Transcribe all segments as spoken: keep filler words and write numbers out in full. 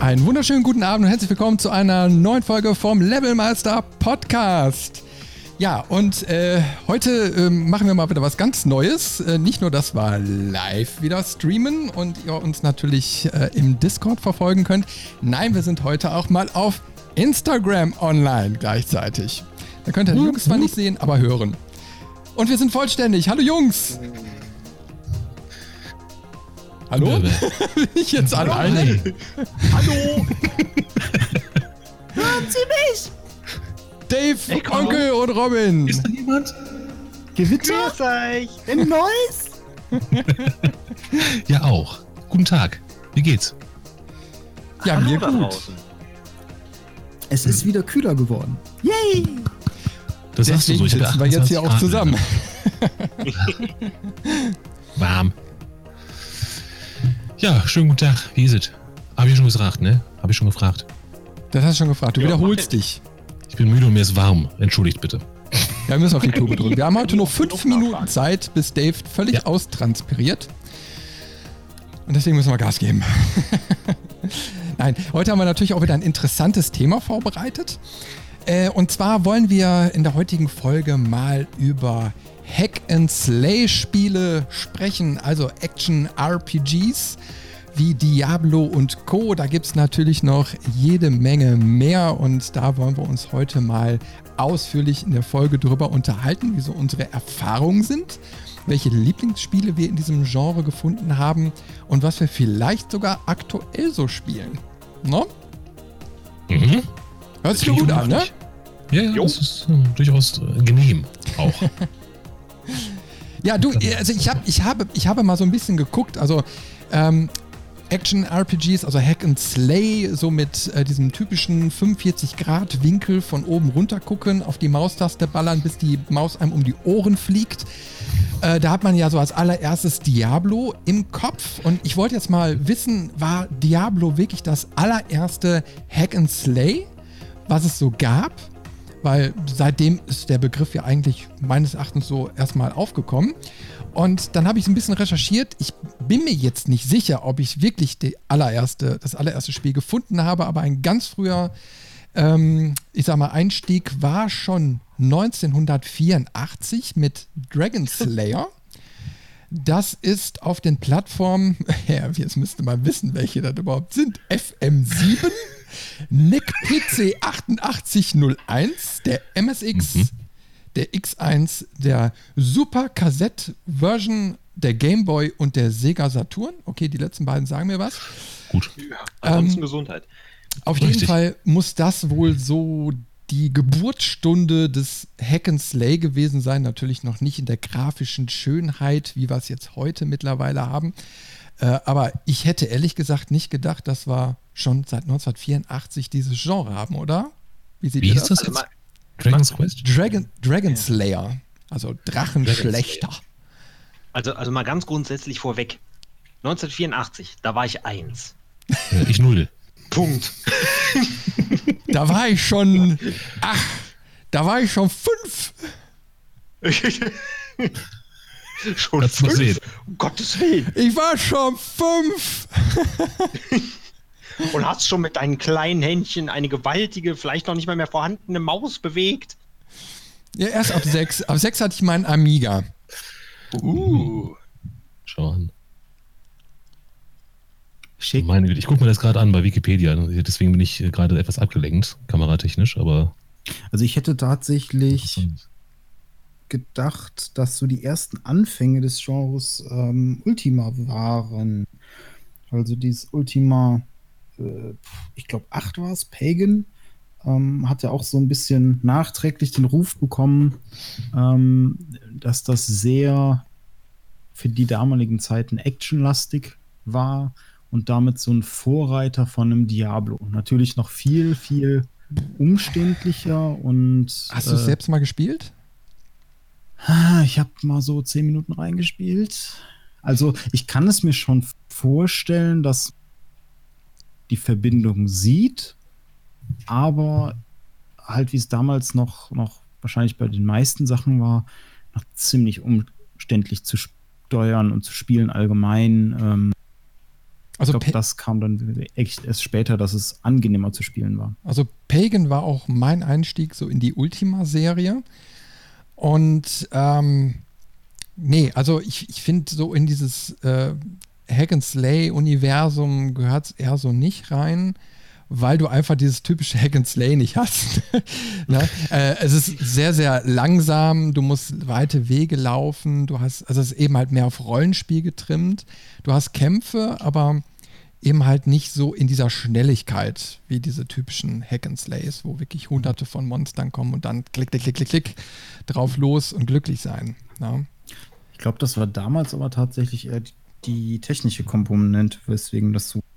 Einen wunderschönen guten Abend und herzlich willkommen zu einer neuen Folge vom Levelmeister Podcast. Ja, und äh, heute äh, machen wir mal wieder was ganz Neues. Äh, nicht nur, dass wir live wieder streamen und ihr uns natürlich äh, im Discord verfolgen könnt. Nein, wir sind heute auch mal auf Instagram online gleichzeitig. Da könnt ihr die Jungs zwar nicht sehen, aber hören. Und wir sind vollständig. Hallo Jungs! Hallo? Bin ich jetzt alleine? Hallo! Hören Sie mich? Dave, hey, Onkel und Robin. Ist da jemand? Gewitter? Grüß euch! Ein Neues? Ja, auch. Guten Tag. Wie geht's? Ja, Hallo mir da gut. draußen. Es ist wieder kühler geworden. Yay! Das sagst du so. Deswegen Ich sitzen wir jetzt hier auch zusammen. Warm. Ja, schönen guten Tag. Wie ist es? Hab ich schon gefragt, ne? Hab ich schon gefragt. Das hast du schon gefragt. Du Ja, wiederholst mach dich. Ich bin müde und mir ist warm. Entschuldigt bitte. Ja, wir müssen auf die Tube drücken. Wir haben heute noch fünf Genug Minuten nachfragen. Zeit, bis Dave völlig Ja. austranspiriert. Und deswegen müssen wir Gas geben. Nein, heute haben wir natürlich auch wieder ein interessantes Thema vorbereitet. Äh, und zwar wollen wir in der heutigen Folge mal über Hack-and-Slay-Spiele sprechen, also Action-R P Gs wie Diablo und Co. Da gibt es natürlich noch jede Menge mehr und da wollen wir uns heute mal ausführlich in der Folge drüber unterhalten, wie so unsere Erfahrungen sind, welche Lieblingsspiele wir in diesem Genre gefunden haben und was wir vielleicht sogar aktuell so spielen. No? Mhm. Hört sich doch gut an, ne? Ja, ja, Jo. das ist äh, durchaus äh, genehm auch. Ja, du, also ich, hab, ich, habe, ich habe mal so ein bisschen geguckt, also ähm, Action-R P Gs, also Hack and Slay, so mit äh, diesem typischen fünfundvierzig Grad Winkel von oben runter gucken, auf die Maustaste ballern, bis die Maus einem um die Ohren fliegt. Äh, da hat man ja so als allererstes Diablo im Kopf und ich wollte jetzt mal wissen, war Diablo wirklich das allererste Hack and Slay, was es so gab? Weil seitdem ist der Begriff ja eigentlich meines Erachtens so erstmal aufgekommen. Und dann habe ich so ein bisschen recherchiert. Ich bin mir jetzt nicht sicher, ob ich wirklich die allererste, das allererste Spiel gefunden habe, aber ein ganz früher, ähm, ich sag mal, Einstieg war schon neunzehnhundertvierundachtzig mit Dragon Slayer. Das ist auf den Plattformen, ja, jetzt müsste man wissen, welche das überhaupt sind, F M sieben, N I C P C achtundachtzig null eins, der M S X, Mhm. der X eins, der Super Cassette Version, der Game Boy und der Sega Saturn. Okay, die letzten beiden sagen mir was. Gut. Ansonsten Ähm, Gesundheit. Auf jeden Richtig. Fall muss das wohl so die Geburtsstunde des Hack and Slay gewesen sein. Natürlich noch nicht in der grafischen Schönheit, wie wir es jetzt heute mittlerweile haben. Äh, aber ich hätte ehrlich gesagt nicht gedacht, dass wir schon seit neunzehnhundertvierundachtzig dieses Genre haben, oder? Wie seht Wie ihr hieß das Also jetzt? mal- Dragon's Quest? Dragon, Dragon Slayer, also Drachenschlechter. Also, also mal ganz grundsätzlich vorweg. neunzehnhundertvierundachtzig, da war ich eins. Äh, ich null. Punkt. Da war ich schon, ach, da war ich schon fünf. Schon Kannst du mal fünf? sehen. Um Gottes Willen. Ich war schon fünf. Und hast schon mit deinen kleinen Händchen eine gewaltige, vielleicht noch nicht mal mehr vorhandene Maus bewegt. Ja, erst ab sechs. Ab sechs hatte ich meinen Amiga. Uh. Schau an. Schick. Meine Güte, ich gucke mir das gerade an bei Wikipedia. Deswegen bin ich äh, gerade etwas abgelenkt, kameratechnisch, aber Also ich hätte tatsächlich gedacht, dass so die ersten Anfänge des Genres ähm, Ultima waren. Also dieses Ultima, äh, ich glaube acht war es, Pagan, ähm, hat ja auch so ein bisschen nachträglich den Ruf bekommen, ähm, dass das sehr für die damaligen Zeiten actionlastig war und damit so ein Vorreiter von einem Diablo. Natürlich noch viel, viel umständlicher und Hast du es äh, selbst mal gespielt? ich habe mal so zehn Minuten reingespielt. Also ich kann es mir schon vorstellen, dass die Verbindung sieht, aber halt wie es damals noch, noch wahrscheinlich bei den meisten Sachen war, noch ziemlich umständlich zu steuern und zu spielen allgemein. Ähm, Also, ich glaube, das kam dann echt erst später, dass es angenehmer zu spielen war. Also Pagan war auch mein Einstieg so in die Ultima-Serie. Und ähm, nee, also ich, ich finde so in dieses äh, Hack-and-Slay-Universum gehört es eher so nicht rein, weil du einfach dieses typische Hack-and-Slay nicht hast. Ne? äh, es ist sehr, sehr langsam, du musst weite Wege laufen, du hast, also es ist eben halt mehr auf Rollenspiel getrimmt. Du hast Kämpfe, aber eben halt nicht so in dieser Schnelligkeit wie diese typischen Hack-and-Slays, wo wirklich hunderte von Monstern kommen und dann klick, klick, klick, klick, klick, drauf los und glücklich sein. Ne? Ich glaube, das war damals aber tatsächlich eher die, die technische Komponente, weswegen das so.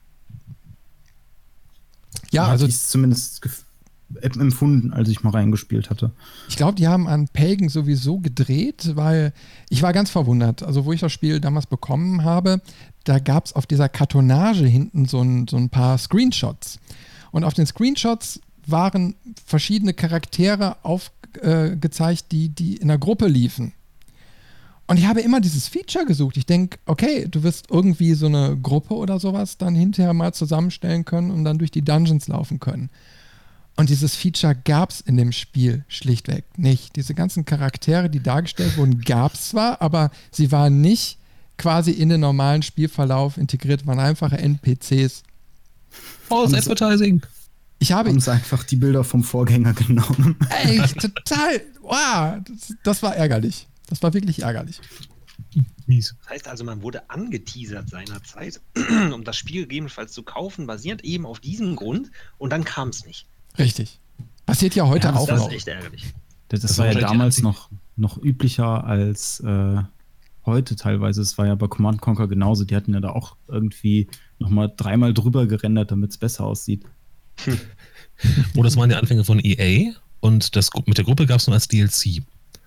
Ja, hatte also ich es zumindest gef- empfunden, als ich mal reingespielt hatte. ich glaube, die haben an Pagan sowieso gedreht, weil ich war ganz verwundert. Also wo ich das Spiel damals bekommen habe, da gab es auf dieser Kartonage hinten so ein, so ein paar Screenshots. Und auf den Screenshots waren verschiedene Charaktere aufgezeigt, äh, die, die in der Gruppe liefen. Und ich habe immer dieses Feature gesucht. Ich denke, okay, du wirst irgendwie so eine Gruppe oder sowas dann hinterher mal zusammenstellen können und dann durch die Dungeons laufen können. Und dieses Feature gab es in dem Spiel schlichtweg nicht. Diese ganzen Charaktere, die dargestellt wurden, gab es zwar, aber sie waren nicht quasi in den normalen Spielverlauf integriert, waren einfache N P Cs. False Advertising. Ich habe... Haben sie einfach die Bilder vom Vorgänger genommen. Ey, total... Wow, das, das war ärgerlich. Das war wirklich ärgerlich. Mies. Das heißt also, man wurde angeteasert seinerzeit, um das Spiel gegebenenfalls zu kaufen, basierend eben auf diesem Grund, und dann kam es nicht. Richtig. Passiert ja heute Ja, das auch Das noch. ist echt ärgerlich. Das, das Das war war ja wahrscheinlich damals die noch, noch üblicher als äh, heute teilweise. Es war ja bei Command and Conquer genauso. Die hatten ja da auch irgendwie nochmal dreimal drüber gerendert, damit es besser aussieht. Oh, das waren die Anfänge von E A und das, mit der Gruppe gab es nur als D L C.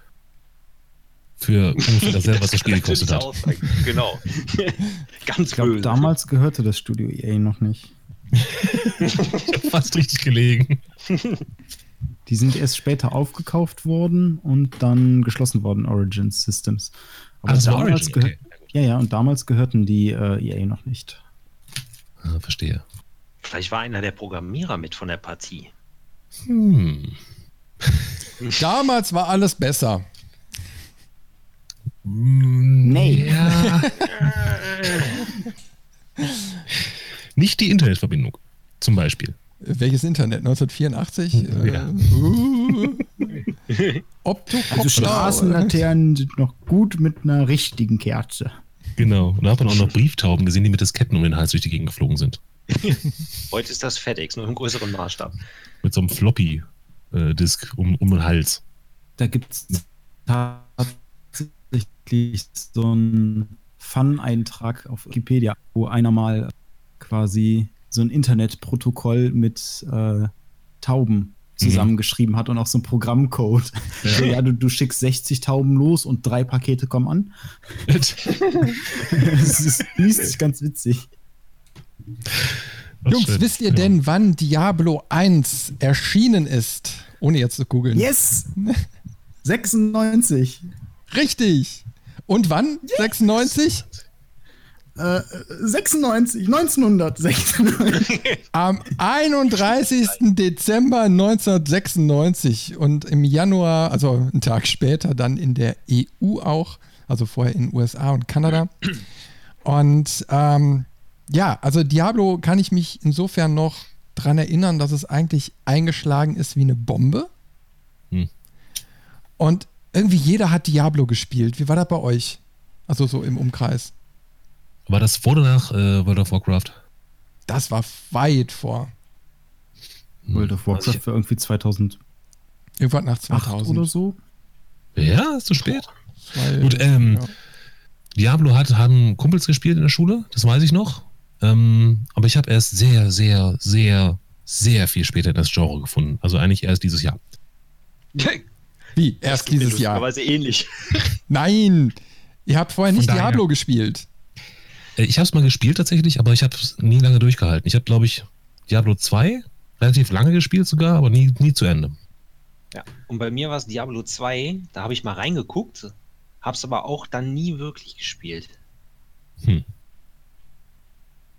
Für ungefähr dasselbe, was das Spiel gekostet hat. Aussage. Genau. Ganz Ich glaube, böse. damals gehörte das Studio E A noch nicht. Ich habe fast richtig gelegen. Die sind erst später aufgekauft worden und dann geschlossen worden, Origins Systems. Aber Ah, das war damals Origin, gehör- okay. Ja, ja, und damals gehörten die äh, E A noch nicht. Ah, verstehe. Vielleicht war einer der Programmierer mit von der Partie. Hm. Damals war alles besser. Nee. Ja. Nicht die Internetverbindung, zum Beispiel. Welches Internet? neunzehnhundertvierundachtzig? Ja. Äh, uh, Optokoppler. Also Straßenlaternen sind noch gut mit einer richtigen Kerze. Genau. Und da hat man auch noch Brieftauben gesehen, die mit Disketten um den Hals durch die Gegend geflogen sind. Heute ist das FedEx, nur im größeren Maßstab. Mit so einem Floppy-Disk um, um den Hals. Da gibt es tatsächlich so einen Fun-Eintrag auf Wikipedia, wo einer mal quasi so ein Internetprotokoll mit äh, Tauben zusammengeschrieben hat und auch so ein Programmcode. Ja. So, ja, du, du schickst sechzig Tauben los und drei Pakete kommen an. Das ist, liest sich ganz witzig. Das Jungs, schön. wisst ihr Ja. denn, wann Diablo eins erschienen ist? Ohne jetzt zu googeln. Yes! sechsundneunzig. Richtig. Und wann? sechsundneunzig? Äh, sechsundneunzig, neunzehnhundertsechsundneunzig. Am einunddreißigsten Dezember neunzehnhundertsechsundneunzig und im Januar, also einen Tag später, dann in der E U auch, also vorher in den U S A und Kanada. Und ähm, ja, also Diablo kann ich mich insofern noch dran erinnern, dass es eigentlich eingeschlagen ist wie eine Bombe. Hm. Und irgendwie jeder hat Diablo gespielt. Wie war das bei euch? Also so im Umkreis. War das vor oder nach äh, World of Warcraft? Das war weit vor. Hm. World of Warcraft für irgendwie zweitausendacht Irgendwann nach zweitausend. oder so. Ja, ist zu spät. Weil, Gut, ähm, ja. Diablo hat, haben Kumpels gespielt in der Schule, das weiß ich noch. Ähm, aber ich habe erst sehr, sehr, sehr, sehr viel später in das Genre gefunden. Also eigentlich erst dieses Jahr. Wie? Erst dieses Jahr. Aber ähnlich. Nein! Ihr habt vorher Von nicht daher. Diablo gespielt. Äh, ich habe es mal gespielt tatsächlich, aber ich habe es nie lange durchgehalten. Ich habe, glaube ich, Diablo zwei relativ lange gespielt sogar, aber nie, nie zu Ende. Ja. Und bei mir war es Diablo zwei, da habe ich mal reingeguckt, hab's aber auch dann nie wirklich gespielt. Hm.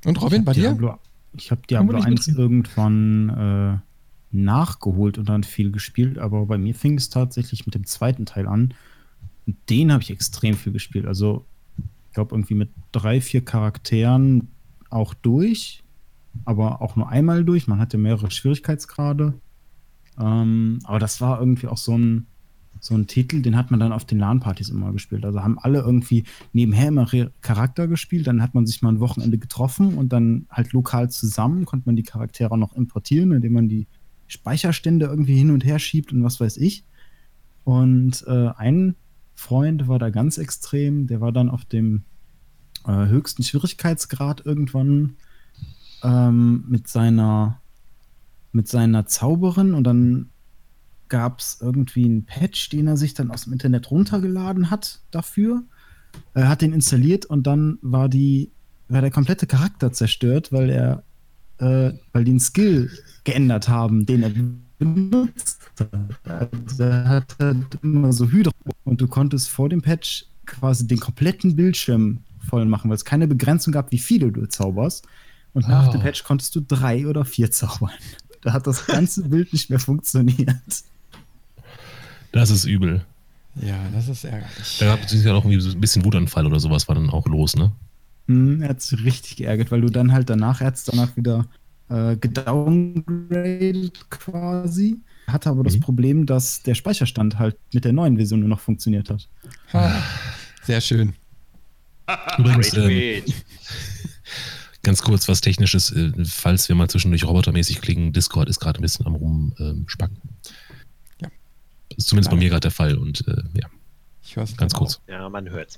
Und Robin, bei dir? Diablo, ich habe Diablo eins irgendwann äh, nachgeholt und dann viel gespielt, aber bei mir fing es tatsächlich mit dem zweiten Teil an. Und den habe ich extrem viel gespielt. Also, ich glaube, irgendwie mit drei, vier Charakteren auch durch, aber auch nur einmal durch. Man hatte mehrere Schwierigkeitsgrade. Ähm, aber das war irgendwie auch so ein, so ein Titel, den hat man dann auf den LAN-Partys immer gespielt. Also haben alle irgendwie nebenher immer Re- Charakter gespielt. Dann hat man sich mal ein Wochenende getroffen und dann halt lokal zusammen konnte man die Charaktere noch importieren, indem man die Speicherstände irgendwie hin und her schiebt und was weiß ich. Und äh, ein Freund war da ganz extrem. Der war dann auf dem äh, höchsten Schwierigkeitsgrad irgendwann ähm, mit seiner mit seiner Zauberin und dann gab es irgendwie einen Patch, den er sich dann aus dem Internet runtergeladen hat dafür. Er hat den installiert und dann war die war der komplette Charakter zerstört, weil er äh, weil die einen Skill geändert haben, den er benutzt hat. Also er hat halt immer so Hydro und du konntest vor dem Patch quasi den kompletten Bildschirm voll machen, weil es keine Begrenzung gab, wie viele du zauberst. Und nach Oh. dem Patch konntest du drei oder vier zaubern. Da hat das ganze Bild nicht mehr funktioniert. Das ist übel. Ja, das ist ärgerlich. Da gab es ja auch irgendwie so ein bisschen Wutanfall oder sowas, war dann auch los, ne? Hm, er hat sich richtig geärgert, weil du dann halt danach, er hat es danach wieder äh, gedowngradet quasi. Hatte aber das Mhm. Problem, dass der Speicherstand halt mit der neuen Version nur noch funktioniert hat. Ha, sehr schön. Übrigens, Rage, ähm, rage. ganz kurz was Technisches, äh, falls wir mal zwischendurch robotermäßig klingen, Discord ist gerade ein bisschen am Rumspacken. Ja. Ist zumindest bei Leider. mir gerade der Fall und äh, ja, Ich höre es ganz kurz. Ja, man hört's.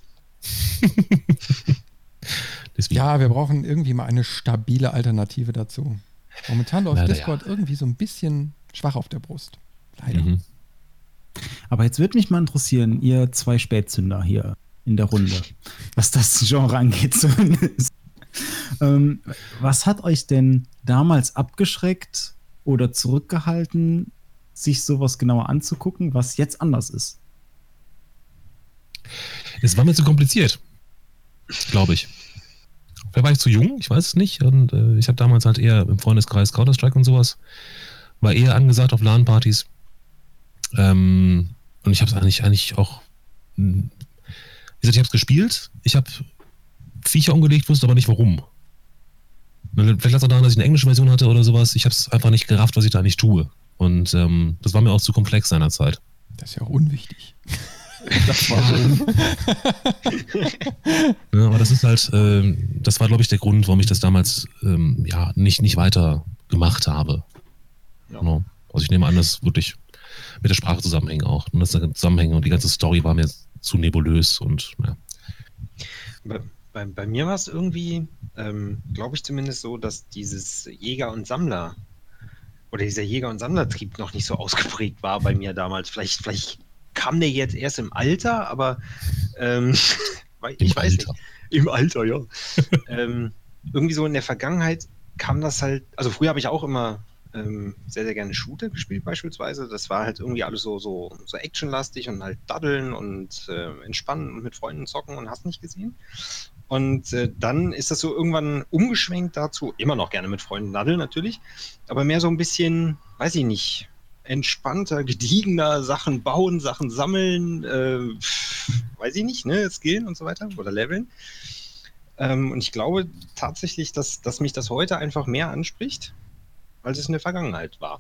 Deswegen. Ja, wir brauchen irgendwie mal eine stabile Alternative dazu. Momentan läuft Leider, Discord irgendwie so ein bisschen schwach auf der Brust. Leider. Mhm. Aber jetzt würde mich mal interessieren, ihr zwei Spätzünder hier in der Runde, was das Genre angeht zumindest. ähm, was hat euch denn damals abgeschreckt oder zurückgehalten, sich sowas genauer anzugucken, was jetzt anders ist? Es war mir zu kompliziert, glaube ich. Vielleicht war ich zu jung, ich weiß es nicht. Und äh, ich habe damals halt eher im Freundeskreis Counter-Strike und sowas, war eher angesagt auf LAN-Partys. Ähm, und ich habe es eigentlich, eigentlich auch, mh, wie gesagt, ich habe es gespielt, ich habe Viecher umgelegt, wusste aber nicht warum. Vielleicht lag es auch daran, dass ich eine englische Version hatte oder sowas. Ich habe es einfach nicht gerafft, was ich da nicht tue. Und ähm, das war mir auch zu komplex seinerzeit. Das ist ja auch unwichtig. Das war Ja, aber das ist halt, ähm, das war, glaube ich, der Grund, warum ich das damals ähm, ja, nicht, nicht weiter gemacht habe. Ja. Genau. Also ich nehme an, dass wirklich mit der Sprache zusammenhängen auch. Und das Zusammenhänge und die ganze Story war mir zu nebulös und ja. Bei, bei, bei mir war es irgendwie, ähm, glaube ich zumindest so, dass dieses Jäger- und Sammler oder dieser Jäger- und Sammlertrieb noch nicht so ausgeprägt war bei mir damals. Vielleicht, vielleicht kam der jetzt erst im Alter, aber ähm, weil- Im ich weiß Alter. nicht. Im Alter, ja. ähm, irgendwie so in der Vergangenheit kam das halt, also früher habe ich auch immer ähm, sehr, sehr gerne Shooter gespielt beispielsweise. Das war halt irgendwie alles so, so, so actionlastig und halt daddeln und äh, entspannen und mit Freunden zocken und hast nicht gesehen. Und äh, dann ist das so irgendwann umgeschwenkt dazu, immer noch gerne mit Freunden daddeln natürlich, aber mehr so ein bisschen, weiß ich nicht, entspannter, gediegener, Sachen bauen, Sachen sammeln, äh, pff, weiß ich nicht, ne, skillen und so weiter oder leveln. Ähm, und ich glaube tatsächlich, dass, dass mich das heute einfach mehr anspricht, als es in der Vergangenheit war.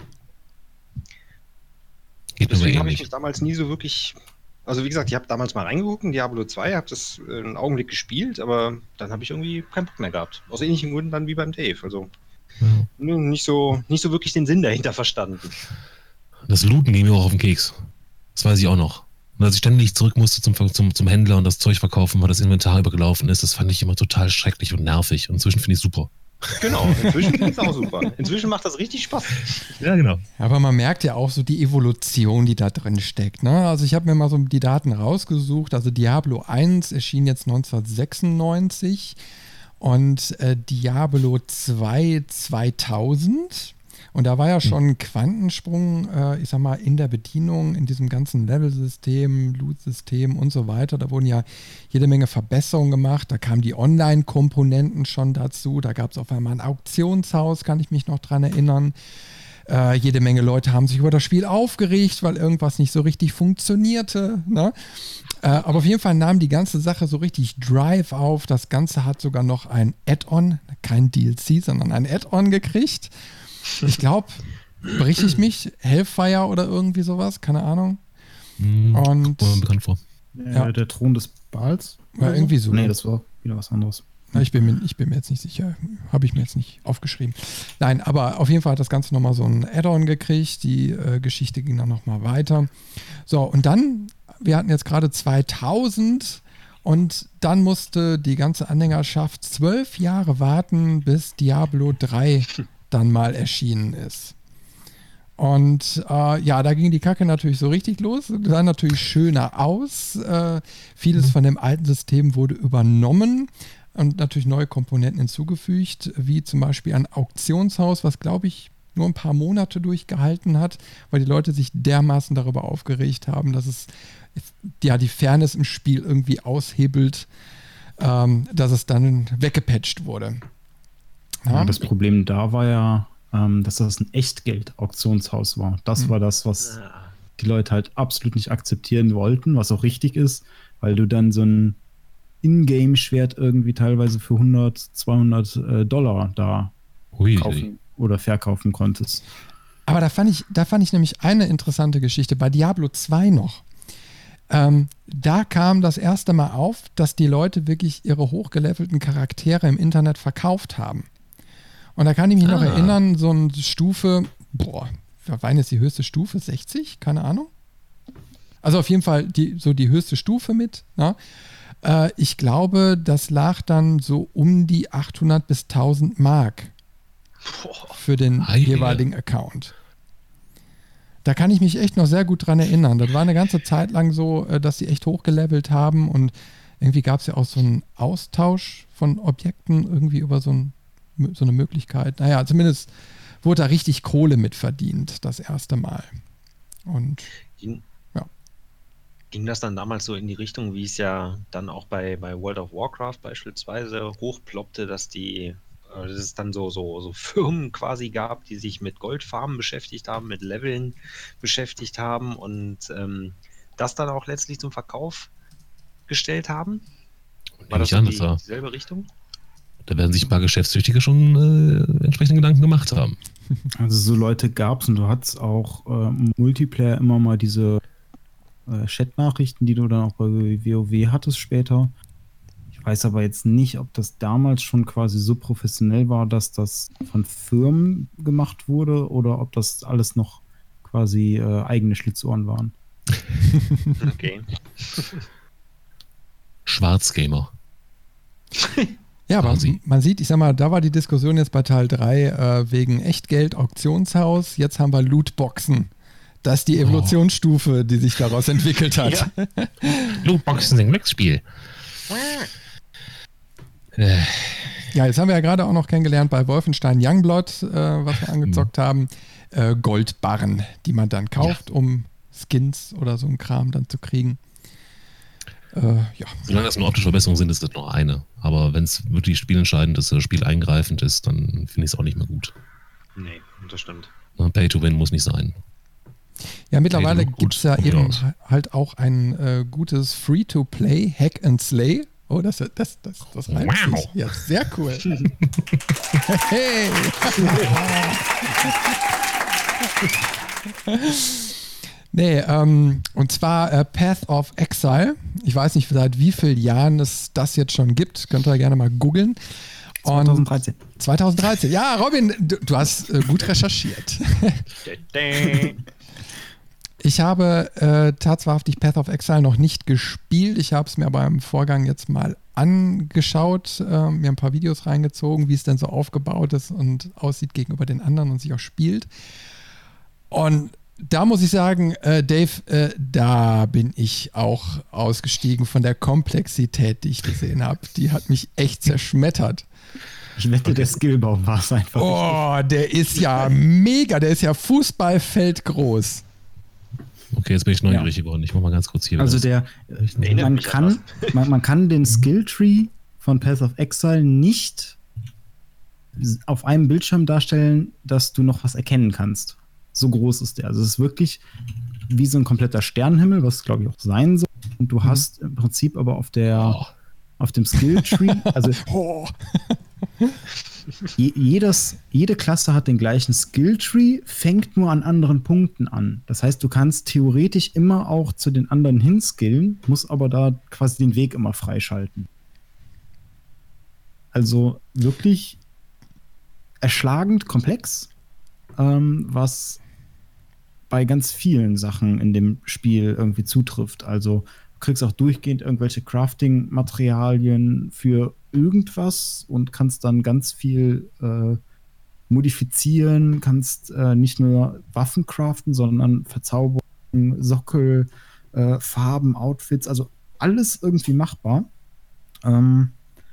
Geht mir aber Deswegen habe ich ähnlich. mich damals nie so wirklich, also wie gesagt, ich habe damals mal reingeguckt in Diablo zwei, habe das äh, einen Augenblick gespielt, aber dann habe ich irgendwie keinen Bock mehr gehabt. Aus ähnlichen Gründen dann wie beim Dave. Also Ja. nur nicht so, nicht so wirklich den Sinn dahinter verstanden. Das Looten ging mir auch auf den Keks. Das weiß ich auch noch. Und als ich ständig zurück musste zum, zum, zum Händler und das Zeug verkaufen, weil das Inventar übergelaufen ist, das fand ich immer total schrecklich und nervig. Und inzwischen finde ich es super. Genau, inzwischen finde ich es auch super. Inzwischen macht das richtig Spaß. Ja, genau. Aber man merkt ja auch so die Evolution, die da drin steckt. Ne? Also ich habe mir mal so die Daten rausgesucht. Also Diablo eins erschien jetzt neunzehnhundertsechsundneunzig und äh, Diablo zwei zweitausend. Und da war ja schon ein Quantensprung, äh, ich sag mal, in der Bedienung, in diesem ganzen Level-System, Loot-System und so weiter. Da wurden ja jede Menge Verbesserungen gemacht. Da kamen die Online-Komponenten schon dazu. Da gab es auf einmal ein Auktionshaus, kann ich mich noch dran erinnern. Äh, jede Menge Leute haben sich über das Spiel aufgeregt, weil irgendwas nicht so richtig funktionierte. Ne? Äh, aber auf jeden Fall nahm die ganze Sache so richtig Drive auf. Das Ganze hat sogar noch ein Add-on, kein D L C, sondern ein Add-on gekriegt. Ich glaube, berichte ich mich, Hellfire oder irgendwie sowas, keine Ahnung. Hm, Und kommt mir bekannt vor. Ja. Der Thron des Bals? Ja, irgendwie so. Nee, das war wieder was anderes. Na, ich, bin mir, ich bin mir jetzt nicht sicher, habe ich mir jetzt nicht aufgeschrieben. Nein, aber auf jeden Fall hat das Ganze nochmal so ein Add-on gekriegt, die äh, Geschichte ging dann nochmal weiter. So, und dann, wir hatten jetzt gerade zweitausend und dann musste die ganze Anhängerschaft zwölf Jahre warten, bis Diablo drei dann mal erschienen ist. Und äh, ja, da ging die Kacke natürlich so richtig los, sah natürlich schöner aus. Äh, vieles von dem alten System wurde übernommen und natürlich neue Komponenten hinzugefügt, wie zum Beispiel ein Auktionshaus, was, glaube ich, nur ein paar Monate durchgehalten hat, weil die Leute sich dermaßen darüber aufgeregt haben, dass es ja die Fairness im Spiel irgendwie aushebelt, ähm, dass es dann weggepatcht wurde. Ja, ja, das Problem da war ja, ähm, dass das ein Echtgeld-Auktionshaus war. Das mhm. war das, was die Leute halt absolut nicht akzeptieren wollten, was auch richtig ist, weil du dann so ein Ingame-Schwert irgendwie teilweise für hundert, zweihundert äh, Dollar da Ui, kaufen oder verkaufen konntest. Aber da fand ich, da fand ich nämlich eine interessante Geschichte bei Diablo zwei noch. Ähm, da kam das erste Mal auf, dass die Leute wirklich ihre hochgelevelten Charaktere im Internet verkauft haben. Und da kann ich mich ah. noch erinnern, so eine Stufe, boah, war jetzt die höchste Stufe? sechzig? Keine Ahnung. Also auf jeden Fall die, so die höchste Stufe mit. Na? Äh, ich glaube, das lag dann so um die achthundert bis tausend Mark für den Heilige. jeweiligen Account. Da kann ich mich echt noch sehr gut dran erinnern. Das war eine ganze Zeit lang so, dass sie echt hochgelevelt haben und irgendwie gab es ja auch so einen Austausch von Objekten irgendwie über so, ein, so eine Möglichkeit. Naja, zumindest wurde da richtig Kohle mit verdient, das erste Mal. Und ging, ja. Ging das dann damals so in die Richtung, wie es ja dann auch bei, bei World of Warcraft beispielsweise hochploppte, dass die dass es dann so, so, so Firmen quasi gab, die sich mit Goldfarmen beschäftigt haben, mit Leveln beschäftigt haben und ähm, das dann auch letztlich zum Verkauf gestellt haben? War das an, die, das dieselbe Richtung? Da werden sich ein paar Geschäftstüchtige schon äh, entsprechende Gedanken gemacht haben. Also so Leute gab es und du hattest auch äh, im Multiplayer immer mal diese äh, Chat-Nachrichten, die du dann auch bei WoW hattest später. Ich weiß aber jetzt nicht, ob das damals schon quasi so professionell war, dass das von Firmen gemacht wurde oder ob das alles noch quasi äh, eigene Schlitzohren waren. Okay. Schwarzgamer. Ja, aber Quasi. man sieht, ich sag mal, da war die Diskussion jetzt bei Teil drei äh, wegen Echtgeld, Auktionshaus, jetzt haben wir Lootboxen. Das ist die Evolutionsstufe, die sich daraus entwickelt hat. Ja. Lootboxen sind Glücksspiel. Äh. Ja, jetzt haben wir ja gerade auch noch kennengelernt bei Wolfenstein Youngblood, äh, was wir angezockt mhm. haben, äh, Goldbarren, die man dann kauft, ja. um Skins oder so ein Kram dann zu kriegen. Äh, ja. Solange das nur optische Verbesserungen sind, ist das nur eine. Aber wenn es wirklich spielentscheidend ist, das Spiel eingreifend ist, dann finde ich es auch nicht mehr gut. Nee, das stimmt. Pay to win muss nicht sein. Ja, mittlerweile gibt es ja eben aus. halt auch ein äh, gutes Free-to-Play Hack and Slay. Oh, das, das, das, das reimt wow. sich. Ja, sehr cool. Hey! Nee, ähm, und zwar äh, Path of Exile. Ich weiß nicht, seit wie vielen Jahren es das jetzt schon gibt. Könnt ihr gerne mal googeln. zwanzig dreizehn. zwanzig dreizehn. Ja, Robin, du, du hast äh, gut recherchiert. Ich habe äh, tatsächlich Path of Exile noch nicht gespielt. Ich habe es mir beim Vorgang jetzt mal angeschaut, äh, mir ein paar Videos reingezogen, wie es denn so aufgebaut ist und aussieht gegenüber den anderen und sich auch spielt. Und da muss ich sagen, äh, Dave, äh, da bin ich auch ausgestiegen von der Komplexität, die ich gesehen habe. Die hat mich echt zerschmettert. Ich wette, Okay. der Skillbaum war es einfach. Oh, der ist ja mega, der ist ja Fußballfeldgroß. Okay, jetzt bin ich neugierig geworden. Ich mach mal ganz kurz hier. Also was- der, Erinnert man mich an kann, man, man kann den Skilltree von Path of Exile nicht auf einem Bildschirm darstellen, dass du noch was erkennen kannst. So groß ist der. Also es ist wirklich wie so ein kompletter Sternenhimmel, was glaube ich auch sein soll. Und du hast im Prinzip aber auf der Oh, auf dem Skilltree, also Oh. je, jedes, jede Klasse hat den gleichen Skilltree, fängt nur an anderen Punkten an. Das heißt, du kannst theoretisch immer auch zu den anderen hinskillen, musst aber da quasi den Weg immer freischalten. Also wirklich erschlagend komplex, ähm, was bei ganz vielen Sachen in dem Spiel irgendwie zutrifft. Also du kriegst auch durchgehend irgendwelche Crafting-Materialien für irgendwas und kannst dann ganz viel äh, modifizieren, kannst äh, nicht nur Waffen craften, sondern Verzauberungen, Sockel, äh, Farben, Outfits, also alles irgendwie machbar. Ähm,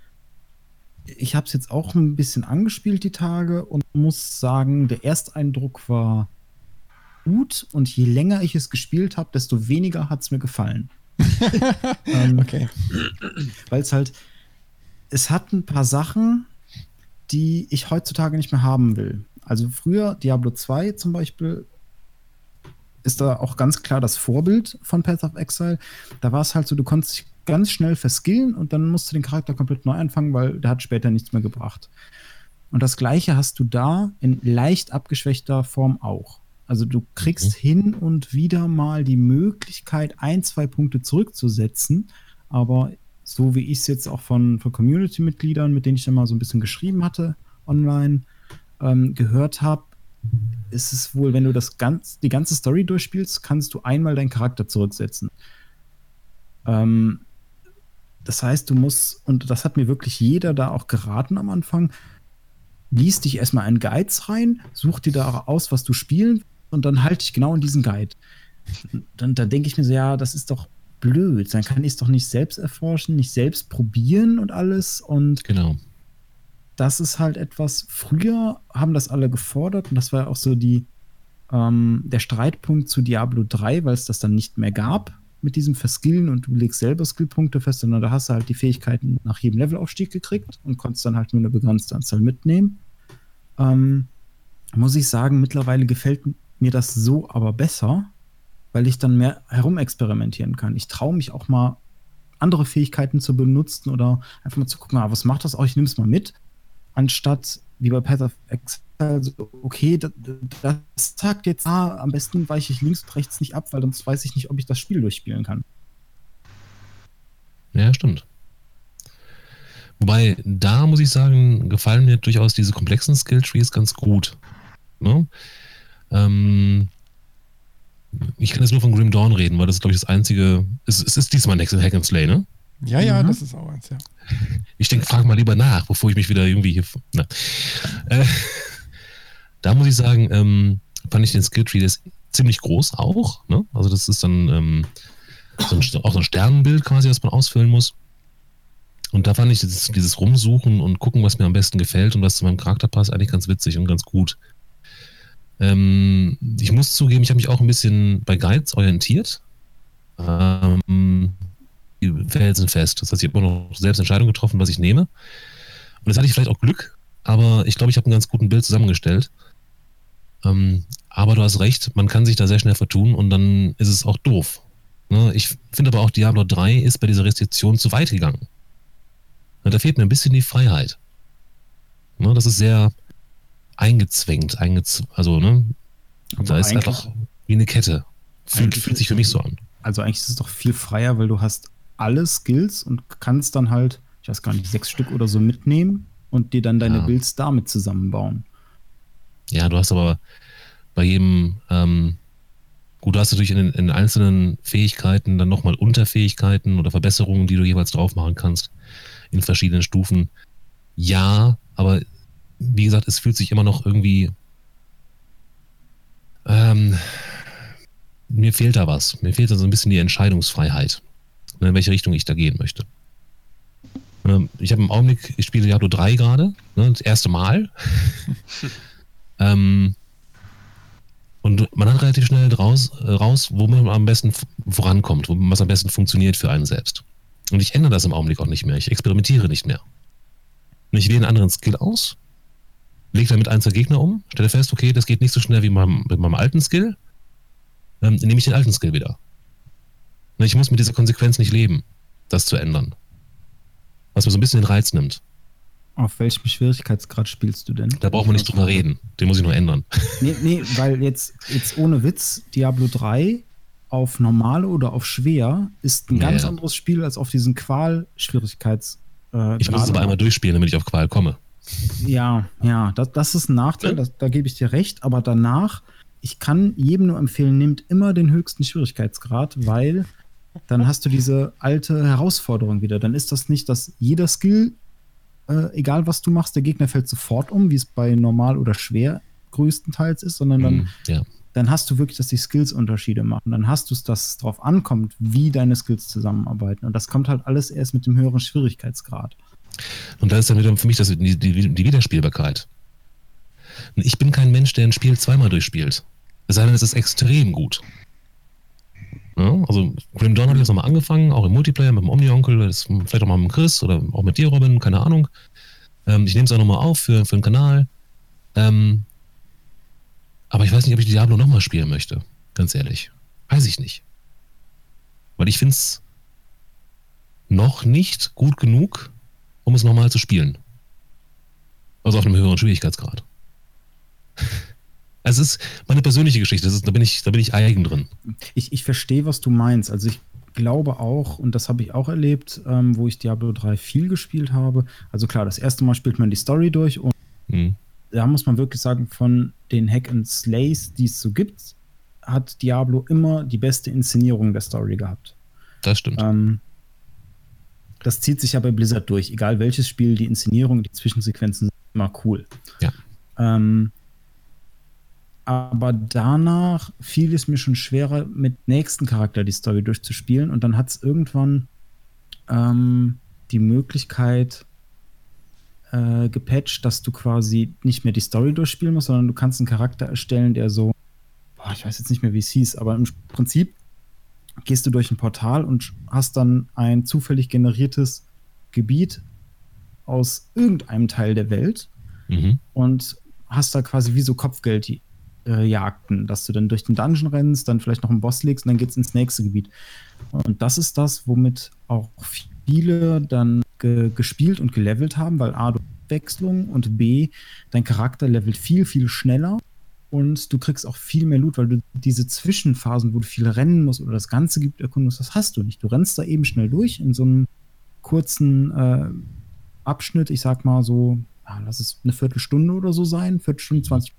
ich habe es jetzt auch ein bisschen angespielt die Tage und muss sagen, der Ersteindruck war gut und je länger ich es gespielt habe, desto weniger hat es mir gefallen. ähm, Okay. Weil es halt, es hat ein paar Sachen, die ich heutzutage nicht mehr haben will. Also früher, Diablo zwei zum Beispiel, ist da auch ganz klar das Vorbild von Path of Exile. Da war es halt so, du konntest dich ganz schnell verskillen und dann musst du den Charakter komplett neu anfangen, weil der hat später nichts mehr gebracht. Und das Gleiche hast du da in leicht abgeschwächter Form auch. Also du kriegst Mhm. hin und wieder mal die Möglichkeit, ein, zwei Punkte zurückzusetzen, aber so wie ich es jetzt auch von, von Community-Mitgliedern, mit denen ich dann mal so ein bisschen geschrieben hatte, online, ähm, gehört habe, ist es wohl, wenn du das ganz, die ganze Story durchspielst, kannst du einmal deinen Charakter zurücksetzen. Ähm, das heißt, du musst, und das hat mir wirklich jeder da auch geraten am Anfang, lies dich erstmal in Guides rein, such dir da aus, was du spielen willst, und dann halte ich genau in diesen Guide. Dann, dann denke ich mir so, ja, das ist doch blöd. Dann kann ich es doch nicht selbst erforschen, nicht selbst probieren und alles. Und genau. das ist halt etwas, früher haben das alle gefordert und das war auch so die, ähm, der Streitpunkt zu Diablo drei, weil es das dann nicht mehr gab mit diesem Verskillen und du legst selber Skillpunkte fest, sondern da hast du halt die Fähigkeiten nach jedem Levelaufstieg gekriegt und konntest dann halt nur eine begrenzte Anzahl mitnehmen. Ähm, muss ich sagen, mittlerweile gefällt mir das so aber besser, weil ich dann mehr herumexperimentieren kann. Ich traue mich auch mal, andere Fähigkeiten zu benutzen oder einfach mal zu gucken, ah, was macht das auch, ich nehme es mal mit, anstatt wie bei Path of Exile, so, okay, das, das sagt jetzt, ah, am besten weiche ich links und rechts nicht ab, weil sonst weiß ich nicht, ob ich das Spiel durchspielen kann. Ja, stimmt. Wobei, da muss ich sagen, gefallen mir durchaus diese komplexen Skilltrees ganz gut. Ne? Ähm, ich kann jetzt nur von Grim Dawn reden, weil das ist, glaube ich, das einzige. Es, es ist diesmal Next Hack and Slay, ne? Ja, ja, Mhm. das ist auch eins, ja. Ich denke, frag mal lieber nach, bevor ich mich wieder irgendwie hier. Na. Äh, da muss ich sagen, ähm, fand ich den Skilltree, der ist ziemlich groß auch. Ne? Also, das ist dann ähm, so ein, auch so ein Sternenbild quasi, das man ausfüllen muss. Und da fand ich dieses, dieses Rumsuchen und gucken, was mir am besten gefällt und was zu meinem Charakter passt, eigentlich ganz witzig und ganz gut. Ähm, ich muss zugeben, ich habe mich auch ein bisschen bei Guides orientiert. Ähm, felsenfest. Das heißt, ich habe immer noch selbst Entscheidungen getroffen, was ich nehme. Und jetzt hatte ich vielleicht auch Glück, aber ich glaube, ich habe einen ganz guten Bild zusammengestellt. Ähm, aber du hast recht, man kann sich da sehr schnell vertun und dann ist es auch doof. Ne? Ich finde aber auch, Diablo drei ist bei dieser Restriktion zu weit gegangen. Ne, da fehlt mir ein bisschen die Freiheit. Ne? Das ist sehr eingezwängt, eingez also, ne? Aber Da ist eigentlich- einfach wie eine Kette. Fühlt, Eigentlich fühlt sich für mich so an. Also eigentlich ist es doch viel freier, weil du hast alle Skills und kannst dann halt, ich weiß gar nicht, sechs Stück oder so mitnehmen und dir dann deine Ja. Builds damit zusammenbauen. Ja, du hast aber bei jedem, ähm, gut, du hast natürlich in den, in einzelnen Fähigkeiten dann nochmal Unterfähigkeiten oder Verbesserungen, die du jeweils drauf machen kannst, in verschiedenen Stufen. Ja, aber wie gesagt, es fühlt sich immer noch irgendwie, ähm, mir fehlt da was. Mir fehlt da so ein bisschen die Entscheidungsfreiheit, in welche Richtung ich da gehen möchte. Ähm, ich habe im Augenblick, ich spiele Diablo drei gerade, ne, das erste Mal. ähm, und man hat relativ schnell draus, äh, raus, wo man am besten f- vorankommt, wo was am besten funktioniert für einen selbst. Und ich ändere das im Augenblick auch nicht mehr. Ich experimentiere nicht mehr. Und ich wähle einen anderen Skill aus, lege damit einen zwei Gegner um, stelle fest, okay, das geht nicht so schnell wie meinem, mit meinem alten Skill, ähm, nehme ich den alten Skill wieder. Und ich muss mit dieser Konsequenz nicht leben, das zu ändern. Was mir so ein bisschen den Reiz nimmt. Auf welchem Schwierigkeitsgrad spielst du denn? Da braucht man nicht drüber reden. Den muss ich noch ändern. Nee, nee, weil jetzt, jetzt ohne Witz, Diablo drei auf normal oder auf schwer ist ein Ja, ganz ja. anderes Spiel als auf diesen Qual-Schwierigkeits. Äh, Ich muss es Grad. aber einmal durchspielen, damit ich auf Qual komme. Ja, ja, das, das ist ein Nachteil, Ja. das, da gebe ich dir recht, aber danach, ich kann jedem nur empfehlen, nehmt immer den höchsten Schwierigkeitsgrad, weil dann hast du diese alte Herausforderung wieder. Dann ist das nicht, dass jeder Skill, äh, egal was du machst, der Gegner fällt sofort um, wie es bei normal oder schwer größtenteils ist, sondern dann, Mhm, ja. dann hast du wirklich, dass die Skills Unterschiede machen. Dann hast du es, dass es darauf ankommt, wie deine Skills zusammenarbeiten. Und das kommt halt alles erst mit dem höheren Schwierigkeitsgrad. Und da ist dann wieder für mich das, die, die, die Wiederspielbarkeit. Und ich bin kein Mensch, der ein Spiel zweimal durchspielt. Es sei denn, es ist extrem gut. Ja, also Grim Dawn habe ich jetzt nochmal angefangen, auch im Multiplayer mit dem Omni-Onkel, das- vielleicht auch mal mit dem Chris oder auch mit dir, Robin, keine Ahnung. Ähm, ich nehme es auch nochmal auf für, für den Kanal. Ähm, aber ich weiß nicht, ob ich Diablo nochmal spielen möchte. Ganz ehrlich. Weiß ich nicht. Weil ich finde es noch nicht gut genug, um es nochmal zu spielen. Also auf einem höheren Schwierigkeitsgrad. Es ist meine persönliche Geschichte, das ist, da, bin ich, da bin ich eigen drin. Ich, ich verstehe, was du meinst. Also ich glaube auch, und das habe ich auch erlebt, ähm, wo ich Diablo drei viel gespielt habe. Also klar, das erste Mal spielt man die Story durch und Hm. da muss man wirklich sagen, von den Hack and Slays, die es so gibt, hat Diablo immer die beste Inszenierung der Story gehabt. Das stimmt. Ähm, das zieht sich ja bei Blizzard durch. Egal welches Spiel, die Inszenierung, die Zwischensequenzen sind immer cool. Ja. Ähm, aber danach fiel es mir schon schwerer, mit nächsten Charakter die Story durchzuspielen. Und dann hat es irgendwann ähm, die Möglichkeit äh, gepatcht, dass du quasi nicht mehr die Story durchspielen musst, sondern du kannst einen Charakter erstellen, der so, boah, ich weiß jetzt nicht mehr, wie es hieß, aber im Prinzip gehst du durch ein Portal und hast dann ein zufällig generiertes Gebiet aus irgendeinem Teil der Welt Mhm. und hast da quasi wie so Kopfgeldjagden, dass du dann durch den Dungeon rennst, dann vielleicht noch einen Boss legst und dann geht's ins nächste Gebiet. Und das ist das, womit auch viele dann ge gespielt und gelevelt haben, weil A, du hast Wechslung und B, dein Charakter levelt viel, viel schneller und du kriegst auch viel mehr Loot, weil du diese Zwischenphasen, wo du viel rennen musst oder das ganze Gebiet erkunden musst, das hast du nicht. Du rennst da eben schnell durch in so einem kurzen äh, Abschnitt, ich sag mal so, ja, lass es eine Viertelstunde oder so sein, Viertelstunde, zwanzig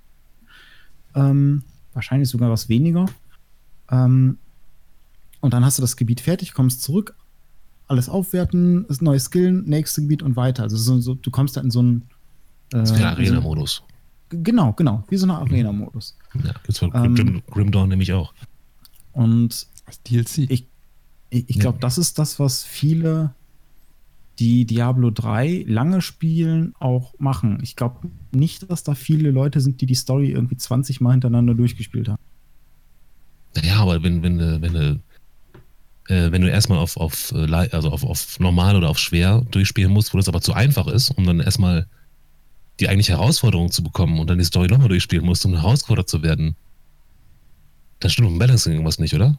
ähm, wahrscheinlich sogar was weniger. Ähm, und dann hast du das Gebiet fertig, kommst zurück, alles aufwerten, ist neues Skillen, nächstes Gebiet und weiter. Also so, so, du kommst da in so einen äh, Das ist der in so- Arena-Modus. Genau, genau, wie so eine Arena-Modus. Ja, gibt's von Ähm, Grim, Grim Dawn nämlich auch. Und Das D L C. Ich- ich, ich Ja. glaube, das ist das, was viele, die Diablo drei lange spielen, auch machen. Ich glaube nicht, dass da viele Leute sind, die die Story irgendwie zwanzig Mal hintereinander durchgespielt haben. Naja, aber wenn, wenn, du- wenn du äh, wenn du erstmal auf, auf, äh, lei- also auf, auf normal oder auf schwer durchspielen musst, wo das aber zu einfach ist, um dann erstmal die eigentliche Herausforderung zu bekommen und dann die Story nochmal durchspielen musst, um herausgefordert zu werden. Da stimmt im Balancing irgendwas nicht, oder?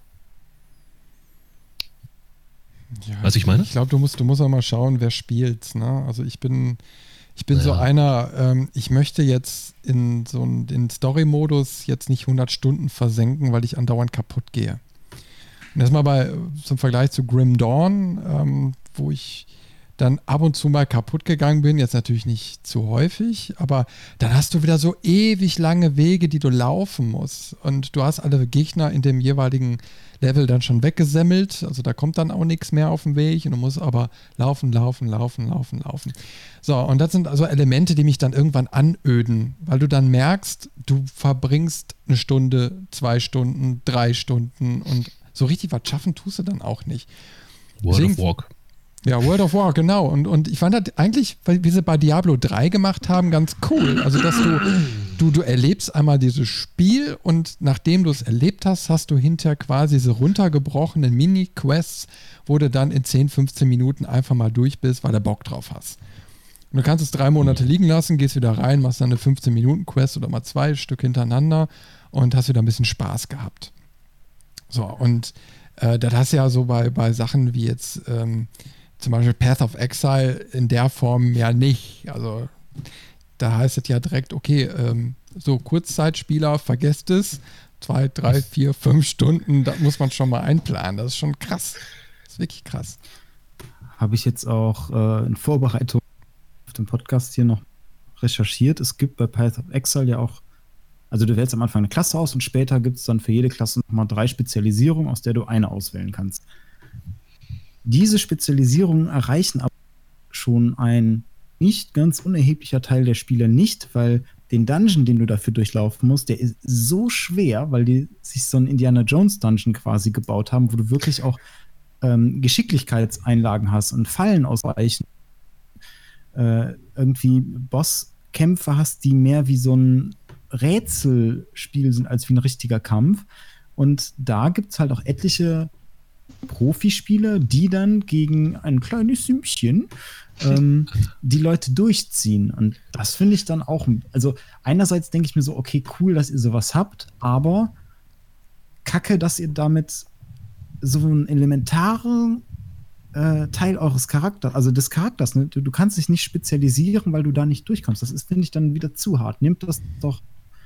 Ja, Weißt du, ich meine? Ich glaube, du musst, du musst auch mal schauen, wer spielt. Ne? Also ich bin, ich bin so Ja. einer, ähm, ich möchte jetzt in so einen, den Story-Modus jetzt nicht hundert Stunden versenken, weil ich andauernd kaputt gehe. Und erstmal bei, zum Vergleich zu Grim Dawn, ähm, wo ich dann ab und zu mal kaputt gegangen bin, jetzt natürlich nicht zu häufig, aber dann hast du wieder so ewig lange Wege, die du laufen musst. Und du hast alle Gegner in dem jeweiligen Level dann schon weggesemmelt, also da kommt dann auch nichts mehr auf den Weg und du musst aber laufen, laufen, laufen, laufen, laufen. So, und das sind also Elemente, die mich dann irgendwann anöden, weil du dann merkst, du verbringst eine Stunde, zwei Stunden, drei Stunden und so richtig was schaffen tust du dann auch nicht. World Deswegen- of Walk. Ja, World of War, genau. Und, und ich fand das eigentlich, weil wie sie bei Diablo drei gemacht haben, ganz cool. Also, dass du, du, du erlebst einmal dieses Spiel und nachdem du es erlebt hast, hast du hinterher quasi diese runtergebrochenen Mini-Quests, wo du dann in zehn, fünfzehn Minuten einfach mal durch bist, weil du Bock drauf hast. Und du kannst es drei Monate liegen lassen, gehst wieder rein, machst dann eine fünfzehn-Minuten-Quest oder mal zwei Stück hintereinander und hast wieder ein bisschen Spaß gehabt. So, und äh, das hast du ja so bei, bei Sachen wie jetzt ähm, zum Beispiel Path of Exile in der Form ja nicht. Also da heißt es ja direkt, okay, ähm, so Kurzzeitspieler, vergesst es. Zwei, drei, vier, fünf Stunden, das muss man schon mal einplanen. Das ist schon krass. Das ist wirklich krass. Habe ich jetzt auch äh, in Vorbereitung auf den Podcast hier noch recherchiert. Es gibt bei Path of Exile ja auch, also du wählst am Anfang eine Klasse aus und später gibt es dann für jede Klasse nochmal drei Spezialisierungen, aus der du eine auswählen kannst. Diese Spezialisierungen erreichen aber schon ein nicht ganz unerheblicher Teil der Spieler nicht, weil den Dungeon, den du dafür durchlaufen musst, der ist so schwer, weil die sich so einen Indiana Jones Dungeon quasi gebaut haben, wo du wirklich auch ähm, Geschicklichkeitseinlagen hast und Fallen ausweichen, äh, irgendwie Bosskämpfe hast, die mehr wie so ein Rätselspiel sind als wie ein richtiger Kampf. Und da gibt es halt auch etliche Profispieler, die dann gegen ein kleines Sümmchen ähm, die Leute durchziehen. Und das finde ich dann auch, also einerseits denke ich mir so, okay, cool, dass ihr sowas habt, aber kacke, dass ihr damit so einen elementaren äh, Teil eures Charakters, also des Charakters, ne? du, du kannst dich nicht spezialisieren, weil du da nicht durchkommst. Das ist, finde ich, dann wieder zu hart. Nehmt das doch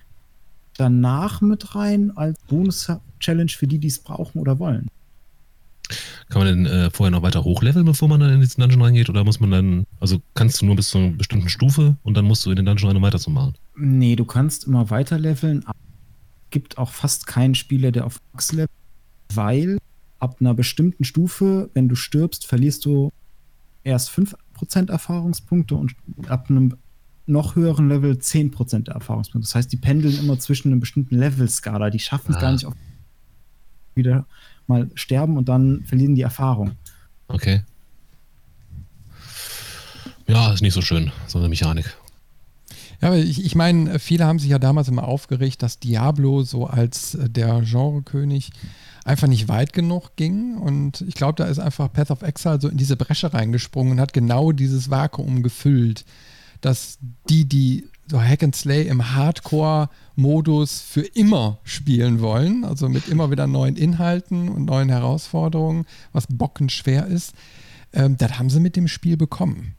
danach mit rein als Bonus-Challenge für die, die es brauchen oder wollen. Kann man denn äh, vorher noch weiter hochleveln, bevor man dann in diesen Dungeon reingeht? Oder muss man dann, also kannst du nur bis zu einer bestimmten Stufe und dann musst du in den Dungeon rein, um weiterzumachen? Nee, du kannst immer weiter leveln, aber es gibt auch fast keinen Spieler, der auf Max levelt, weil ab einer bestimmten Stufe, wenn du stirbst, verlierst du erst fünf Prozent Erfahrungspunkte und ab einem noch höheren Level zehn Prozent der Erfahrungspunkte. Das heißt, die pendeln immer zwischen einer bestimmten Levelskala. Die schaffen es Ah. gar nicht auf wieder mal sterben und dann verlieren die Erfahrung. Okay. Ja, ist nicht so schön, so eine Mechanik. Ja, aber ich, ich meine, viele haben sich ja damals immer aufgeregt, dass Diablo so als äh, der Genrekönig einfach nicht weit genug ging. Und ich glaube, da ist einfach Path of Exile so in diese Bresche reingesprungen und hat genau dieses Vakuum gefüllt, dass die, die so Hack and Slay im Hardcore-Modus für immer spielen wollen, also mit immer wieder neuen Inhalten und neuen Herausforderungen, was bockenschwer ist, ähm, das haben sie mit dem Spiel bekommen.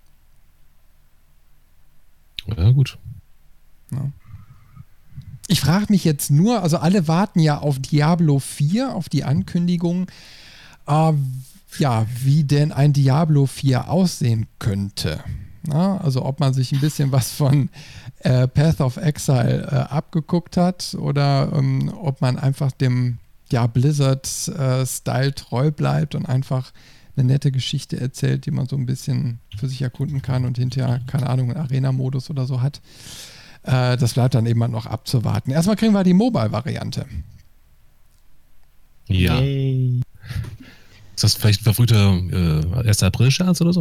Ja, gut. Ja. Ich frage mich jetzt nur, also alle warten ja auf Diablo vier, auf die Ankündigung, äh, ja, wie denn ein Diablo vier aussehen könnte. Na, also ob man sich ein bisschen was von äh, Path of Exile äh, abgeguckt hat oder ähm, ob man einfach dem ja, Blizzard-Style äh, treu bleibt und einfach eine nette Geschichte erzählt, die man so ein bisschen für sich erkunden kann und hinterher, keine Ahnung, einen Arena-Modus oder so hat. Äh, das bleibt dann eben noch abzuwarten. Erstmal kriegen wir die Mobile-Variante. Ja. Yay. Ist das vielleicht verfrühter äh, erster April-Scherz oder so?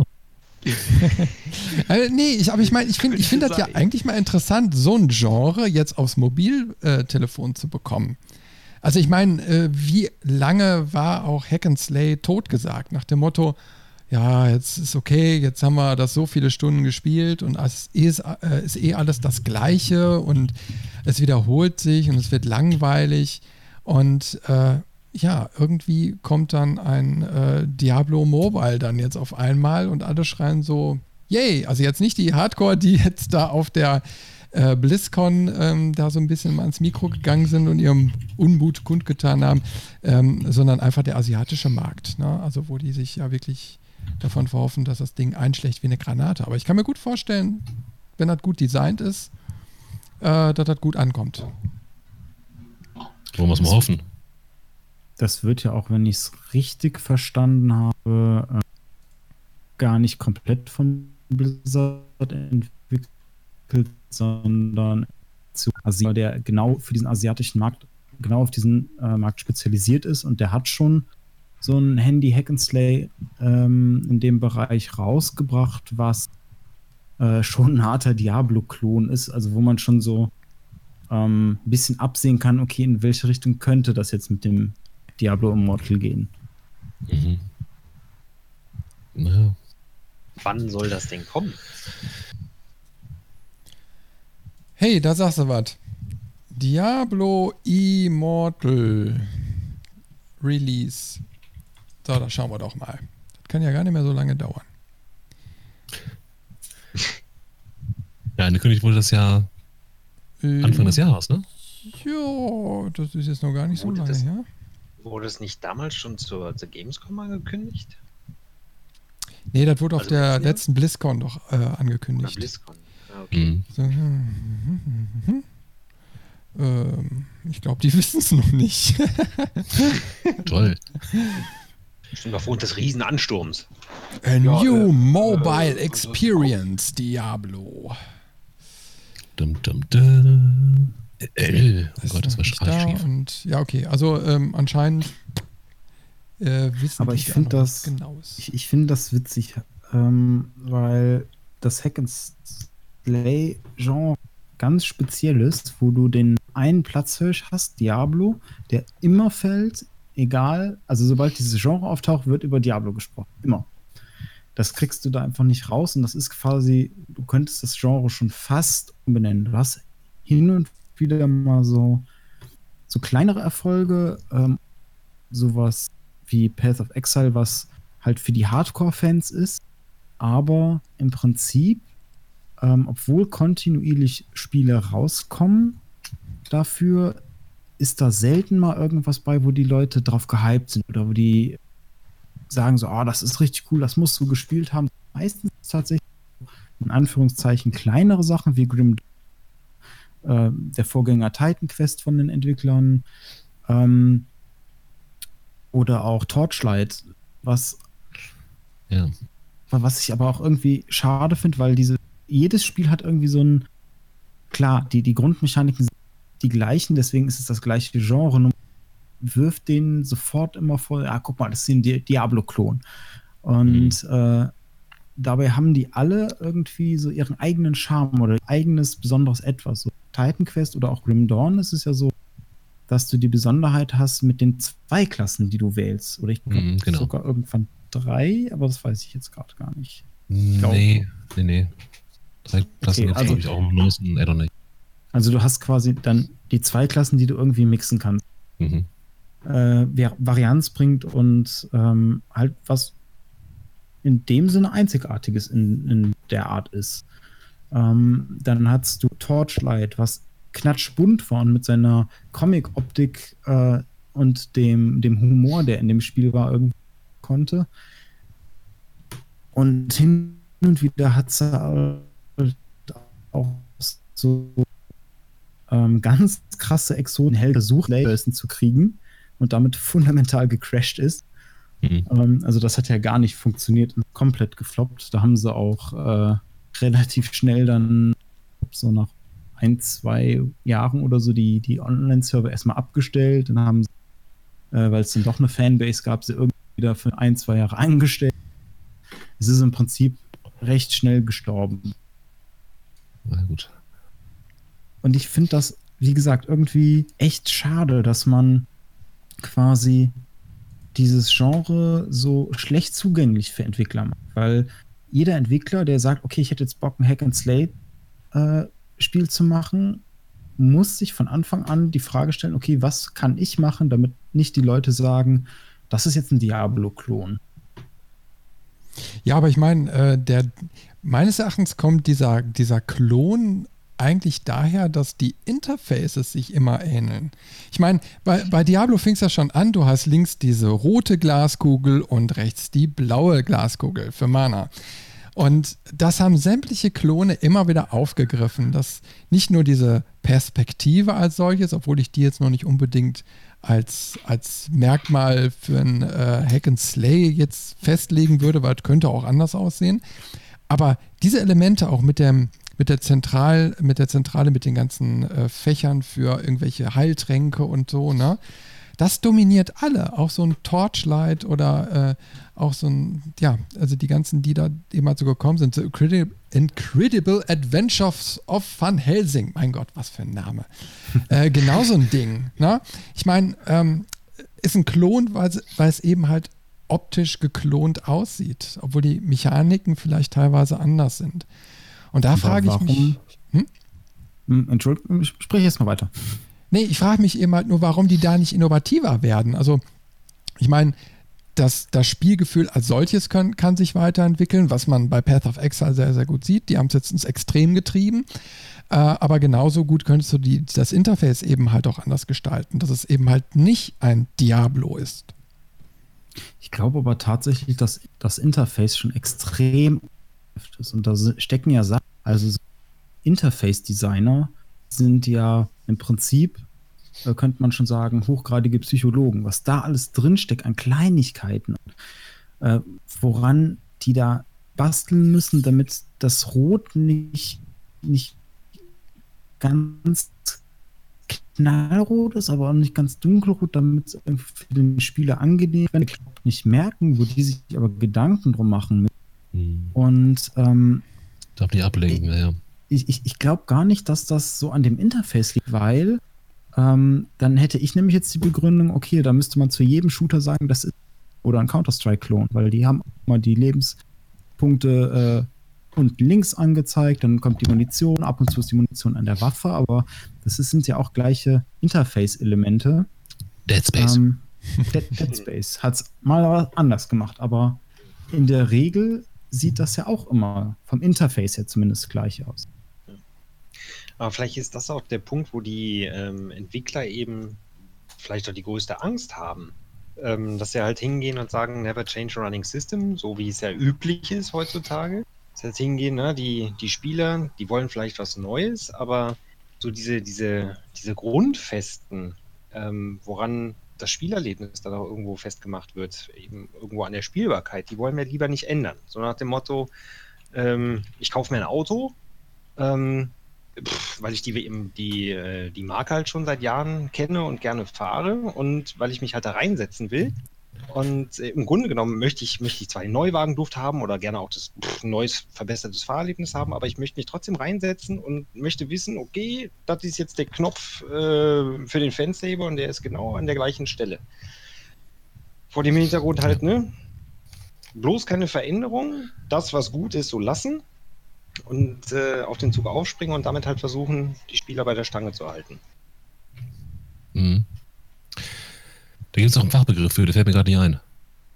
äh, nee, ich, aber ich meine, ich finde ich find das ja eigentlich mal interessant, so ein Genre jetzt aufs Mobiltelefon zu bekommen. Also ich meine, äh, wie lange war auch Hack and Slay totgesagt? Nach dem Motto, ja, jetzt ist okay, jetzt haben wir das so viele Stunden gespielt und es ist, äh, ist eh alles das Gleiche und es wiederholt sich und es wird langweilig und äh, ja, irgendwie kommt dann ein äh, Diablo Mobile dann jetzt auf einmal und alle schreien so, yay, also jetzt nicht die Hardcore, die jetzt da auf der äh, BlizzCon ähm, da so ein bisschen mal ins Mikro gegangen sind und ihrem Unmut kundgetan haben, ähm, sondern einfach der asiatische Markt, ne? Also wo die sich ja wirklich davon verhoffen, dass das Ding einschlägt wie eine Granate. Aber ich kann mir gut vorstellen, wenn das gut designt ist, äh, dass das gut ankommt. Wo muss man hoffen? Das wird ja auch, wenn ich es richtig verstanden habe, äh, gar nicht komplett von Blizzard entwickelt, sondern zu Asien, der genau für diesen asiatischen Markt, genau auf diesen äh, Markt spezialisiert ist und der hat schon so ein Handy-Hack-and-Slay ähm, in dem Bereich rausgebracht, was äh, schon ein harter Diablo-Klon ist, also wo man schon so ähm, ein bisschen absehen kann, okay, in welche Richtung könnte das jetzt mit dem Diablo Immortal gehen. Mhm. Naja. Wann soll das denn kommen? Hey, da sagst du was. Diablo Immortal Release. So, da schauen wir doch mal. Das kann ja gar nicht mehr so lange dauern. Ja, angekündigt wurde das ja Äh, Anfang des Jahres, ne? Ja, das ist jetzt noch gar nicht so Wurde lange das- her. Wurde es nicht damals schon zur, zur Gamescom angekündigt? Nee, das wurde auf Also der letztes Jahr? letzten BlizzCon doch äh, Oder angekündigt. BlizzCon? Ah, okay. Mhm. So, hm, hm, hm, hm. Ähm, ich glaube, die wissen es noch nicht. Toll. Stimmt, aufgrund des Riesenansturms. A Ja, new äh, mobile äh, experience, Diablo. Dum, dum, dum. L. Oh Ist Gott, das war noch nicht da schief. und ja, okay. Also ähm, anscheinend äh, wissen Aber die ich da find noch das- nichts Genaues. Ich, ich finde das witzig, ähm, weil das Hack-and-Slay-Genre ganz speziell ist, wo du den einen Platzhirsch hast, Diablo, der immer fällt, egal, also sobald dieses Genre auftaucht, wird über Diablo gesprochen. Immer. Das kriegst du da einfach nicht raus und das ist quasi, du könntest das Genre schon fast umbenennen. Du hast hin und wieder mal so, so kleinere Erfolge, ähm, sowas wie Path of Exile, was halt für die Hardcore-Fans ist, aber im Prinzip, ähm, obwohl kontinuierlich Spiele rauskommen, dafür ist da selten mal irgendwas bei, wo die Leute drauf gehypt sind oder wo die sagen so, ah, das ist richtig cool, das musst du gespielt haben. Meistens tatsächlich in Anführungszeichen kleinere Sachen wie Grim äh, der Vorgänger Titan Quest von den Entwicklern, ähm, oder auch Torchlight, was, Ja. was ich aber auch irgendwie schade finde, weil diese, jedes Spiel hat irgendwie so ein, klar, die, die Grundmechaniken sind die gleichen, deswegen ist es das gleiche Genre, nur wirft denen sofort immer vor, ja, guck mal, das ist ein Di- Diablo-Klon. Und äh, dabei haben die alle irgendwie so ihren eigenen Charme oder eigenes besonderes Etwas. So Titan Quest oder auch Grim Dawn ist es ja so, dass du die Besonderheit hast mit den zwei Klassen, die du wählst. Oder ich glaube Mhm, genau. sogar irgendwann drei, aber das weiß ich jetzt gerade gar nicht. glaub- Nee, nee, nee. Drei Klassen Okay, gibt's, also- glaube ich, auch im neuesten Add-on nicht. Also du hast quasi dann die zwei Klassen, die du irgendwie mixen kannst. Mhm. Äh, wer Varianz bringt und ähm, halt was in dem Sinne Einzigartiges in, in der Art ist. Ähm, dann hast du Torchlight, was knatschbunt war und mit seiner Comic-Optik äh, und dem, dem Humor, der in dem Spiel war, irgendwie konnte. Und hin und wieder hat es auch so ähm, ganz krasse Exoten hell versucht, Layersen zu kriegen und damit fundamental gecrashed ist. Mhm. Ähm, also das hat ja gar nicht funktioniert und komplett gefloppt. Da haben sie auch äh, relativ schnell dann so nach ein, zwei Jahren oder so die, die Online-Server erstmal abgestellt. Dann haben sie, äh, weil es dann doch eine Fanbase gab, sie irgendwie wieder für ein, zwei Jahre eingestellt. Es ist im Prinzip recht schnell gestorben. Na gut. Und ich finde das, wie gesagt, irgendwie echt schade, dass man quasi dieses Genre so schlecht zugänglich für Entwickler macht. Weil jeder Entwickler, der sagt, okay, ich hätte jetzt Bock, ein Hack-and-Slay-Spiel äh, zu machen, muss sich von Anfang an die Frage stellen, okay, was kann ich machen, damit nicht die Leute sagen, das ist jetzt ein Diablo-Klon. Ja, aber ich meine, äh, der meines Erachtens kommt dieser, dieser Klon eigentlich daher, dass die Interfaces sich immer ähneln. Ich meine, bei, bei Diablo fing es ja schon an, du hast links diese rote Glaskugel und rechts die blaue Glaskugel für Mana. Und das haben sämtliche Klone immer wieder aufgegriffen, dass nicht nur diese Perspektive als solches, obwohl ich die jetzt noch nicht unbedingt als, als Merkmal für ein äh, Hack and Slay jetzt festlegen würde, weil es könnte auch anders aussehen. Aber diese Elemente auch mit dem mit der Zentral, mit der Zentrale, mit den ganzen äh, Fächern für irgendwelche Heiltränke und so, ne? das dominiert alle. Auch so ein Torchlight oder äh, auch so ein, ja, also die ganzen, die da eben halt so gekommen sind. So Incredible, Incredible Adventures of Van Helsing. Mein Gott, was für ein Name. äh, genau so ein Ding. Ne? Ich meine, ähm, ist ein Klon, weil, weil es eben halt optisch geklont aussieht, obwohl die Mechaniken vielleicht teilweise anders sind. Und da frage ich mich... Hm? Entschuldigung, ich spreche jetzt mal weiter. Nee, ich frage mich eben halt nur, warum die da nicht innovativer werden. Also, ich meine, das, das Spielgefühl als solches kann, kann sich weiterentwickeln, was man bei Path of Exile sehr, sehr gut sieht. Die haben es jetzt ins Extrem getrieben. Äh, aber genauso gut könntest du die, das Interface eben halt auch anders gestalten, dass es eben halt nicht ein Diablo ist. Ich glaube aber tatsächlich, dass das Interface schon extrem ist. Und da stecken ja Sachen, also so Interface-Designer sind ja im Prinzip, äh, könnte man schon sagen, hochgradige Psychologen. Was da alles drinsteckt an Kleinigkeiten, äh, woran die da basteln müssen, damit das Rot nicht, nicht ganz knallrot ist, aber auch nicht ganz dunkelrot, damit es für den Spieler angenehm ist. Nicht merken, wo die sich aber Gedanken drum machen müssen. Hm. Und ähm, darf nicht ablenken, ich, ja. Ich, ich, ich glaube gar nicht, dass das so an dem Interface liegt, weil ähm, dann hätte ich nämlich jetzt die Begründung, okay, da müsste man zu jedem Shooter sagen, das ist oder ein Counter-Strike-Klon, weil die haben mal die Lebenspunkte äh, unten links angezeigt, dann kommt die Munition, ab und zu ist die Munition an der Waffe, aber das ist, sind ja auch gleiche Interface-Elemente. Dead Space. Ähm, Dead, Dead Space hat es mal anders gemacht, aber in der Regel sieht das ja auch immer vom Interface her zumindest gleich aus. Aber vielleicht ist das auch der Punkt, wo die ähm, Entwickler eben vielleicht auch die größte Angst haben, ähm, dass sie halt hingehen und sagen, never change a running system, so wie es ja üblich ist heutzutage. Dass sie jetzt hingehen, ne, die, die Spieler, die wollen vielleicht was Neues, aber so diese, diese, diese Grundfesten, ähm, woran das Spielerlebnis dann auch irgendwo festgemacht wird, eben irgendwo an der Spielbarkeit, die wollen wir lieber nicht ändern. So nach dem Motto, ähm, ich kaufe mir ein Auto, ähm, pff, weil ich die, eben die, die Marke halt schon seit Jahren kenne und gerne fahre und weil ich mich halt da reinsetzen will. Und äh, im Grunde genommen möchte ich, möchte ich zwar einen Neuwagenduft haben oder gerne auch das pff, neues, verbessertes Fahrerlebnis haben, aber ich möchte mich trotzdem reinsetzen und möchte wissen, okay, das ist jetzt der Knopf äh, für den Fansaver und der ist genau an der gleichen Stelle. Vor dem Hintergrund halt, ne? Bloß keine Veränderung, das, was gut ist, so lassen und äh, auf den Zug aufspringen und damit halt versuchen, die Spieler bei der Stange zu halten. Mhm. Da gibt es auch einen Fachbegriff für, der fällt mir gerade nicht ein.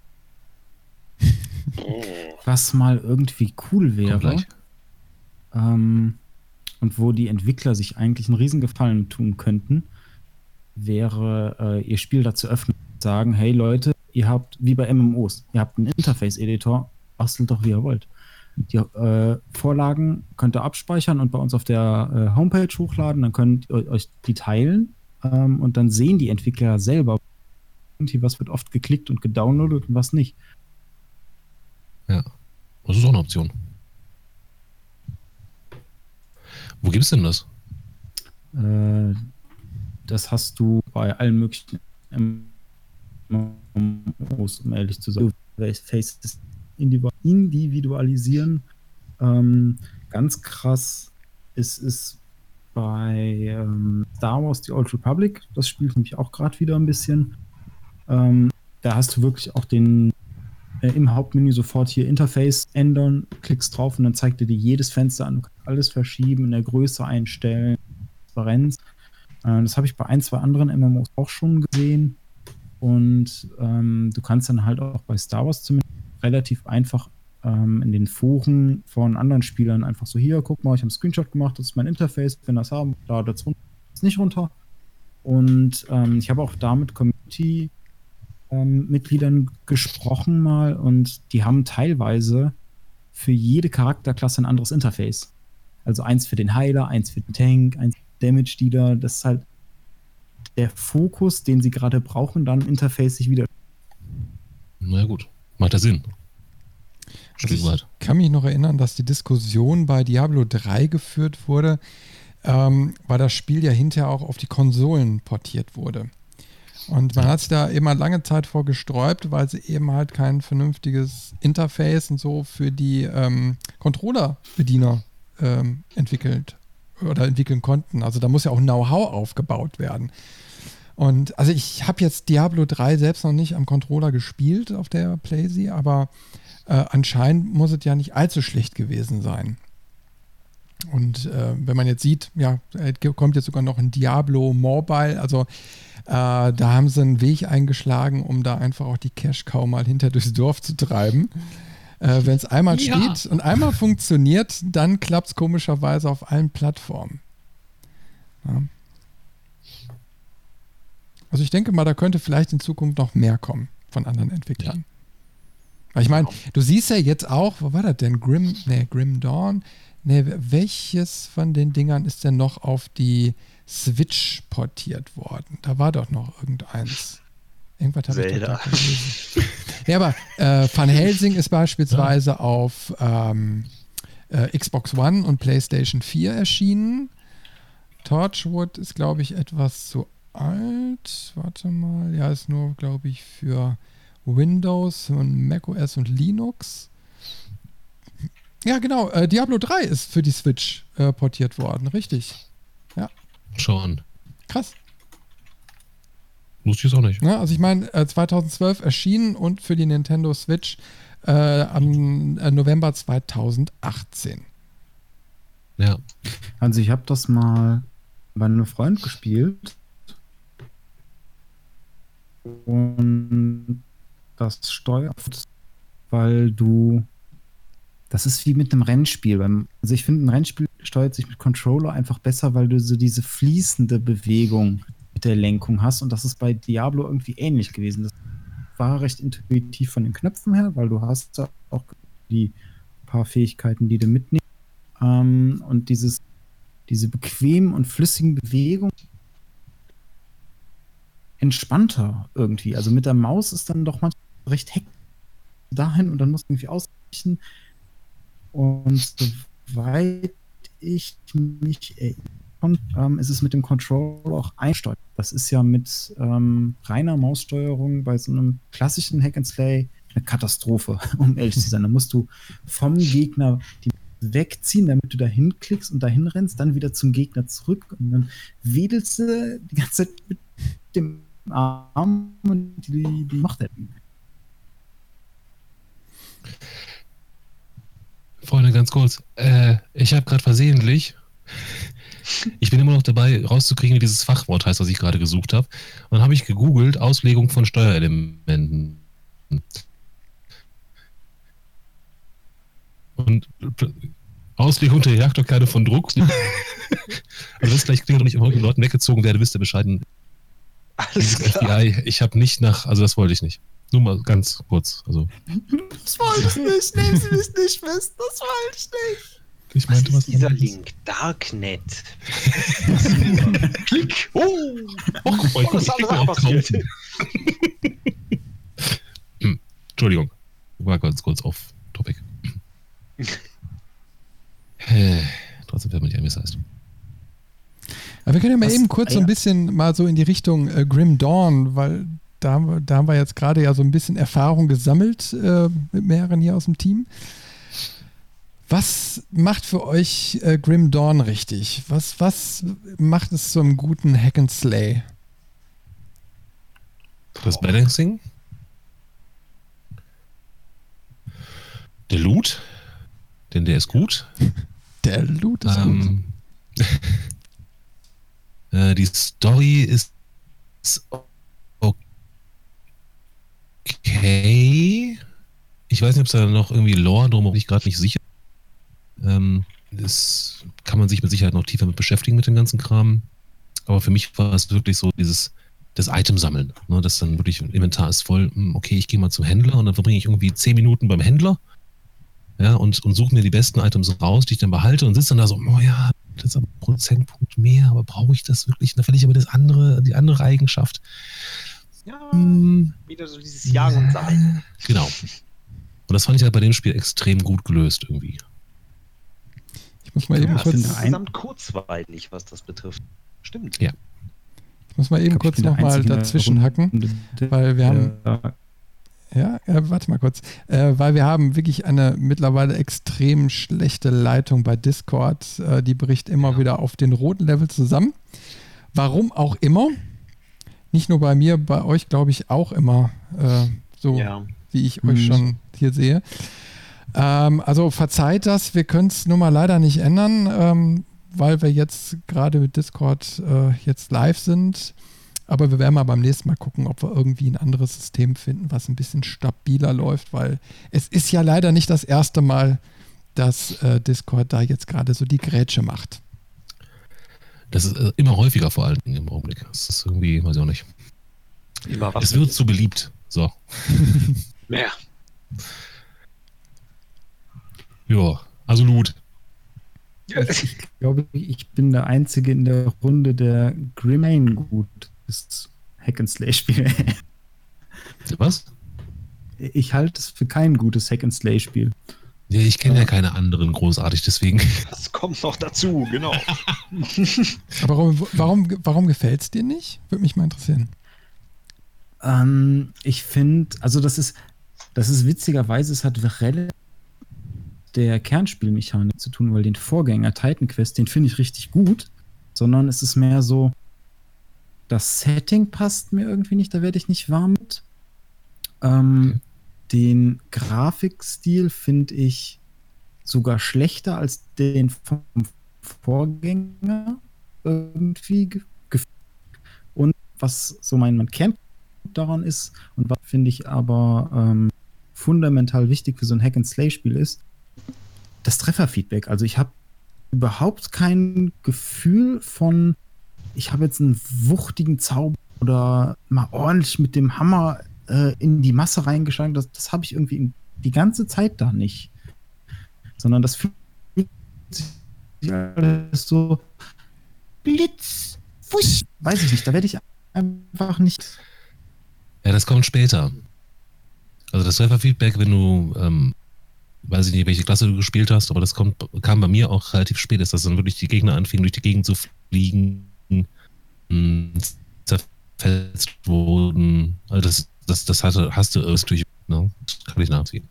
Was mal irgendwie cool wäre ähm, und wo die Entwickler sich eigentlich einen Riesengefallen tun könnten, wäre äh, ihr Spiel dazu öffnen und sagen, hey Leute, ihr habt, wie bei M M Os, ihr habt einen Interface-Editor, bastelt doch wie ihr wollt. Die äh, Vorlagen könnt ihr abspeichern und bei uns auf der äh, Homepage hochladen, dann könnt ihr euch die teilen ähm, und dann sehen die Entwickler selber, was wird oft geklickt und gedownloadet und was nicht. Ja, das ist auch eine Option. Wo gibt's denn das? Äh, das hast du bei allen möglichen M M Os, um ehrlich zu sagen. Faces individualisieren. Ähm, ganz krass ist es bei ähm, Star Wars The Old Republic. Das spielt nämlich auch gerade wieder ein bisschen. Ähm, da hast du wirklich auch den äh, im Hauptmenü sofort hier Interface ändern, klickst drauf und dann zeigt er dir jedes Fenster an, du kannst alles verschieben, in der Größe einstellen, Transparenz. Äh, das habe ich bei ein, zwei anderen M M Os auch schon gesehen und ähm, du kannst dann halt auch bei Star Wars zumindest relativ einfach ähm, in den Foren von anderen Spielern einfach so, hier, guck mal, ich habe einen Screenshot gemacht, das ist mein Interface, wenn das haben, da das runter, das nicht runter. Und ähm, ich habe auch da mit Community ähm, Mitgliedern gesprochen mal und die haben teilweise für jede Charakterklasse ein anderes Interface. Also eins für den Heiler, eins für den Tank, eins für den Damage Dealer. Das ist halt der Fokus, den sie gerade brauchen, dann im Interface sich wieder. Na ja, gut, macht ja Sinn. Also ich kann mich noch erinnern, dass die Diskussion bei Diablo drei geführt wurde, ähm, weil das Spiel ja hinterher auch auf die Konsolen portiert wurde. Und man hat sich da immer lange Zeit vor gesträubt, weil sie eben halt kein vernünftiges Interface und so für die ähm, Controller-Bediener ähm, entwickelt oder entwickeln konnten. Also da muss ja auch Know-how aufgebaut werden. Und also ich habe jetzt Diablo drei selbst noch nicht am Controller gespielt auf der PlayStation, aber äh, anscheinend muss es ja nicht allzu schlecht gewesen sein. Und äh, wenn man jetzt sieht, ja, kommt jetzt sogar noch ein Diablo Mobile, also äh, da haben sie einen Weg eingeschlagen, um da einfach auch die Cash-Cow mal hinter durchs Dorf zu treiben. Äh, wenn es einmal ja. steht und einmal funktioniert, dann klappt es komischerweise auf allen Plattformen. Ja. Also ich denke mal, da könnte vielleicht in Zukunft noch mehr kommen von anderen Entwicklern. Ja. Weil ich meine, du siehst ja jetzt auch, wo war das denn? Grim, nee, Grim Dawn? Nee, welches von den Dingern ist denn noch auf die Switch portiert worden? Da war doch noch irgendeins. Irgendwas habe ich doch da gelesen. Ja, aber äh, Van Helsing ist beispielsweise ja. auf ähm, äh, Xbox One und PlayStation vier erschienen. Torchwood ist, glaube ich, etwas zu alt. Warte mal. Ja, ist nur, glaube ich, für Windows und macOS und Linux. Ja, genau. Äh, Diablo drei ist für die Switch äh, portiert worden. Richtig. Ja. Schon. Krass. Wusste ich es auch nicht. Ja, also ich meine, äh, zweitausendzwölf erschienen und für die Nintendo Switch äh, am äh, November zweitausendachtzehn. Ja. Also ich habe das mal bei einem Freund gespielt und das steuert, weil du das ist wie mit einem Rennspiel. Also ich finde, ein Rennspiel steuert sich mit Controller einfach besser, weil du so diese fließende Bewegung mit der Lenkung hast. Und das ist bei Diablo irgendwie ähnlich gewesen. Das war recht intuitiv von den Knöpfen her, weil du hast da auch die paar Fähigkeiten, die du mitnimmst. Ähm, und dieses, diese bequemen und flüssigen Bewegungen entspannter irgendwie. Also mit der Maus ist dann doch manchmal recht hektisch dahin und dann musst du irgendwie ausweichen. Und soweit ich mich erinnere, ähm, ist es mit dem Controller auch einsteuert. Das ist ja mit ähm, reiner Maussteuerung bei so einem klassischen Hack and Slay eine Katastrophe, um ehrlich zu sein. Da musst du vom Gegner die wegziehen, damit du da hinklickst und dahin rennst, dann wieder zum Gegner zurück und dann wedelst du die ganze Zeit mit dem Arm und die, die macht er. Freunde, ganz kurz. Äh, ich habe gerade versehentlich, ich bin immer noch dabei, rauszukriegen, wie dieses Fachwort heißt, was ich gerade gesucht habe. Und dann habe ich gegoogelt, Auslegung von Steuerelementen. Und Auslegung der Reaktorkerne von Druck. Also wenn es gleich klingt und ich von Leuten weggezogen werde, wisst ihr Bescheid. Alles klar. F B I, ich habe nicht nach, also das wollte ich nicht. Nur mal ganz kurz. Also. Das wollte ich nicht, nehmen Sie mich nicht fest, das wollte ich nicht. Ich meinte, was ist was dieser Link? Darknet. Klick! Oh! Oh, guck mal, ich oh, das guck, ist alles passiert. hm, Entschuldigung, war ganz kurz auf Topic. äh, trotzdem fällt mir nicht ein, wie es heißt. Aber wir können ja mal was, eben kurz ja. so ein bisschen mal so in die Richtung äh, Grim Dawn, weil da haben, wir, da haben wir jetzt gerade ja so ein bisschen Erfahrung gesammelt äh, mit mehreren hier aus dem Team. Was macht für euch äh, Grim Dawn richtig? Was, was macht es zu einem guten Hack and Slay? Das Balancing? Der Loot? Denn der ist gut. Der Loot ist ähm, gut. äh, die Story ist okay. Ich weiß nicht, ob es da noch irgendwie Lore drum, bin ich gerade nicht sicher. Ähm, das kann man sich mit Sicherheit noch tiefer mit beschäftigen mit dem ganzen Kram. Aber für mich war es wirklich so dieses das Item sammeln. Ne, das dann wirklich Inventar ist voll. Okay, ich gehe mal zum Händler und dann verbringe ich irgendwie zehn Minuten beim Händler. Ja, und, und suche mir die besten Items raus, die ich dann behalte und sitze dann da so, oh ja, das ist aber ein Prozentpunkt mehr, aber brauche ich das wirklich? Da finde ich aber das andere, die andere Eigenschaft. Ja, hm, wieder so dieses Jagen und Sammeln. Genau. Und das fand ich halt bei dem Spiel extrem gut gelöst irgendwie. Ich muss mal eben Ja, kurz... das ist insgesamt kurzweilig, was das betrifft. Stimmt. Ja. Ich muss mal eben kurz nochmal dazwischen hacken, weil wir haben... Ja, äh, warte mal kurz. Äh, weil wir haben wirklich eine mittlerweile extrem schlechte Leitung bei Discord. Äh, die bricht immer ja. wieder auf den roten Level zusammen. Warum auch immer. Nicht nur bei mir, bei euch glaube ich auch immer. Äh, so ja. wie ich euch mhm. schon hier sehe. Ähm, also verzeiht das, wir können es nun mal leider nicht ändern, ähm, weil wir jetzt gerade mit Discord äh, jetzt live sind. Aber wir werden mal beim nächsten Mal gucken, ob wir irgendwie ein anderes System finden, was ein bisschen stabiler läuft, weil es ist ja leider nicht das erste Mal, dass äh, Discord da jetzt gerade so die Grätsche macht. Das ist äh, immer häufiger vor allen Dingen im Augenblick. Das ist irgendwie, weiß ich auch nicht. Immer was es wird so beliebt. So. Ja. Ja, also Loot. Ich glaube, ich bin der Einzige in der Runde, der Grimane gut ist. Hack-and-Slay-Spiel. Was? Ich halte es für kein gutes Hack-and-Slay-Spiel. Ja, ich kenne ja keine anderen großartig, deswegen. Das kommt noch dazu, genau. Aber warum, warum, warum gefällt es dir nicht? Würde mich mal interessieren. Ähm, ich finde, also das ist, das ist witzigerweise, es hat relativ der Kernspielmechanik zu tun, weil den Vorgänger Titan Quest, den finde ich richtig gut, sondern es ist mehr so, das Setting passt mir irgendwie nicht, da werde ich nicht warm mit. Ähm, okay. Den Grafikstil finde ich sogar schlechter als den vom Vorgänger irgendwie gefühlt. Und was so mein, mein Kern daran ist und was finde ich aber ähm, fundamental wichtig für so ein Hack-and-Slay-Spiel ist, das Trefferfeedback. Also ich habe überhaupt kein Gefühl von, ich habe jetzt einen wuchtigen Zauber oder mal ordentlich mit dem Hammer äh, in die Masse reingeschlagen. Das, das habe ich irgendwie die ganze Zeit da nicht. Sondern das fühlt sich alles so Blitz, wusch, weiß ich nicht. Da werde ich einfach nicht... Ja, das kommt später. Also das Trefferfeedback, wenn du ähm weiß ich nicht, welche Klasse du gespielt hast, aber das kommt, kam bei mir auch relativ spät, dass dann wirklich die Gegner anfingen, durch die Gegend zu fliegen, mh, zerfetzt wurden. Also das, das, das hatte, hast du irgendwie, ne? Das kann ich nachziehen.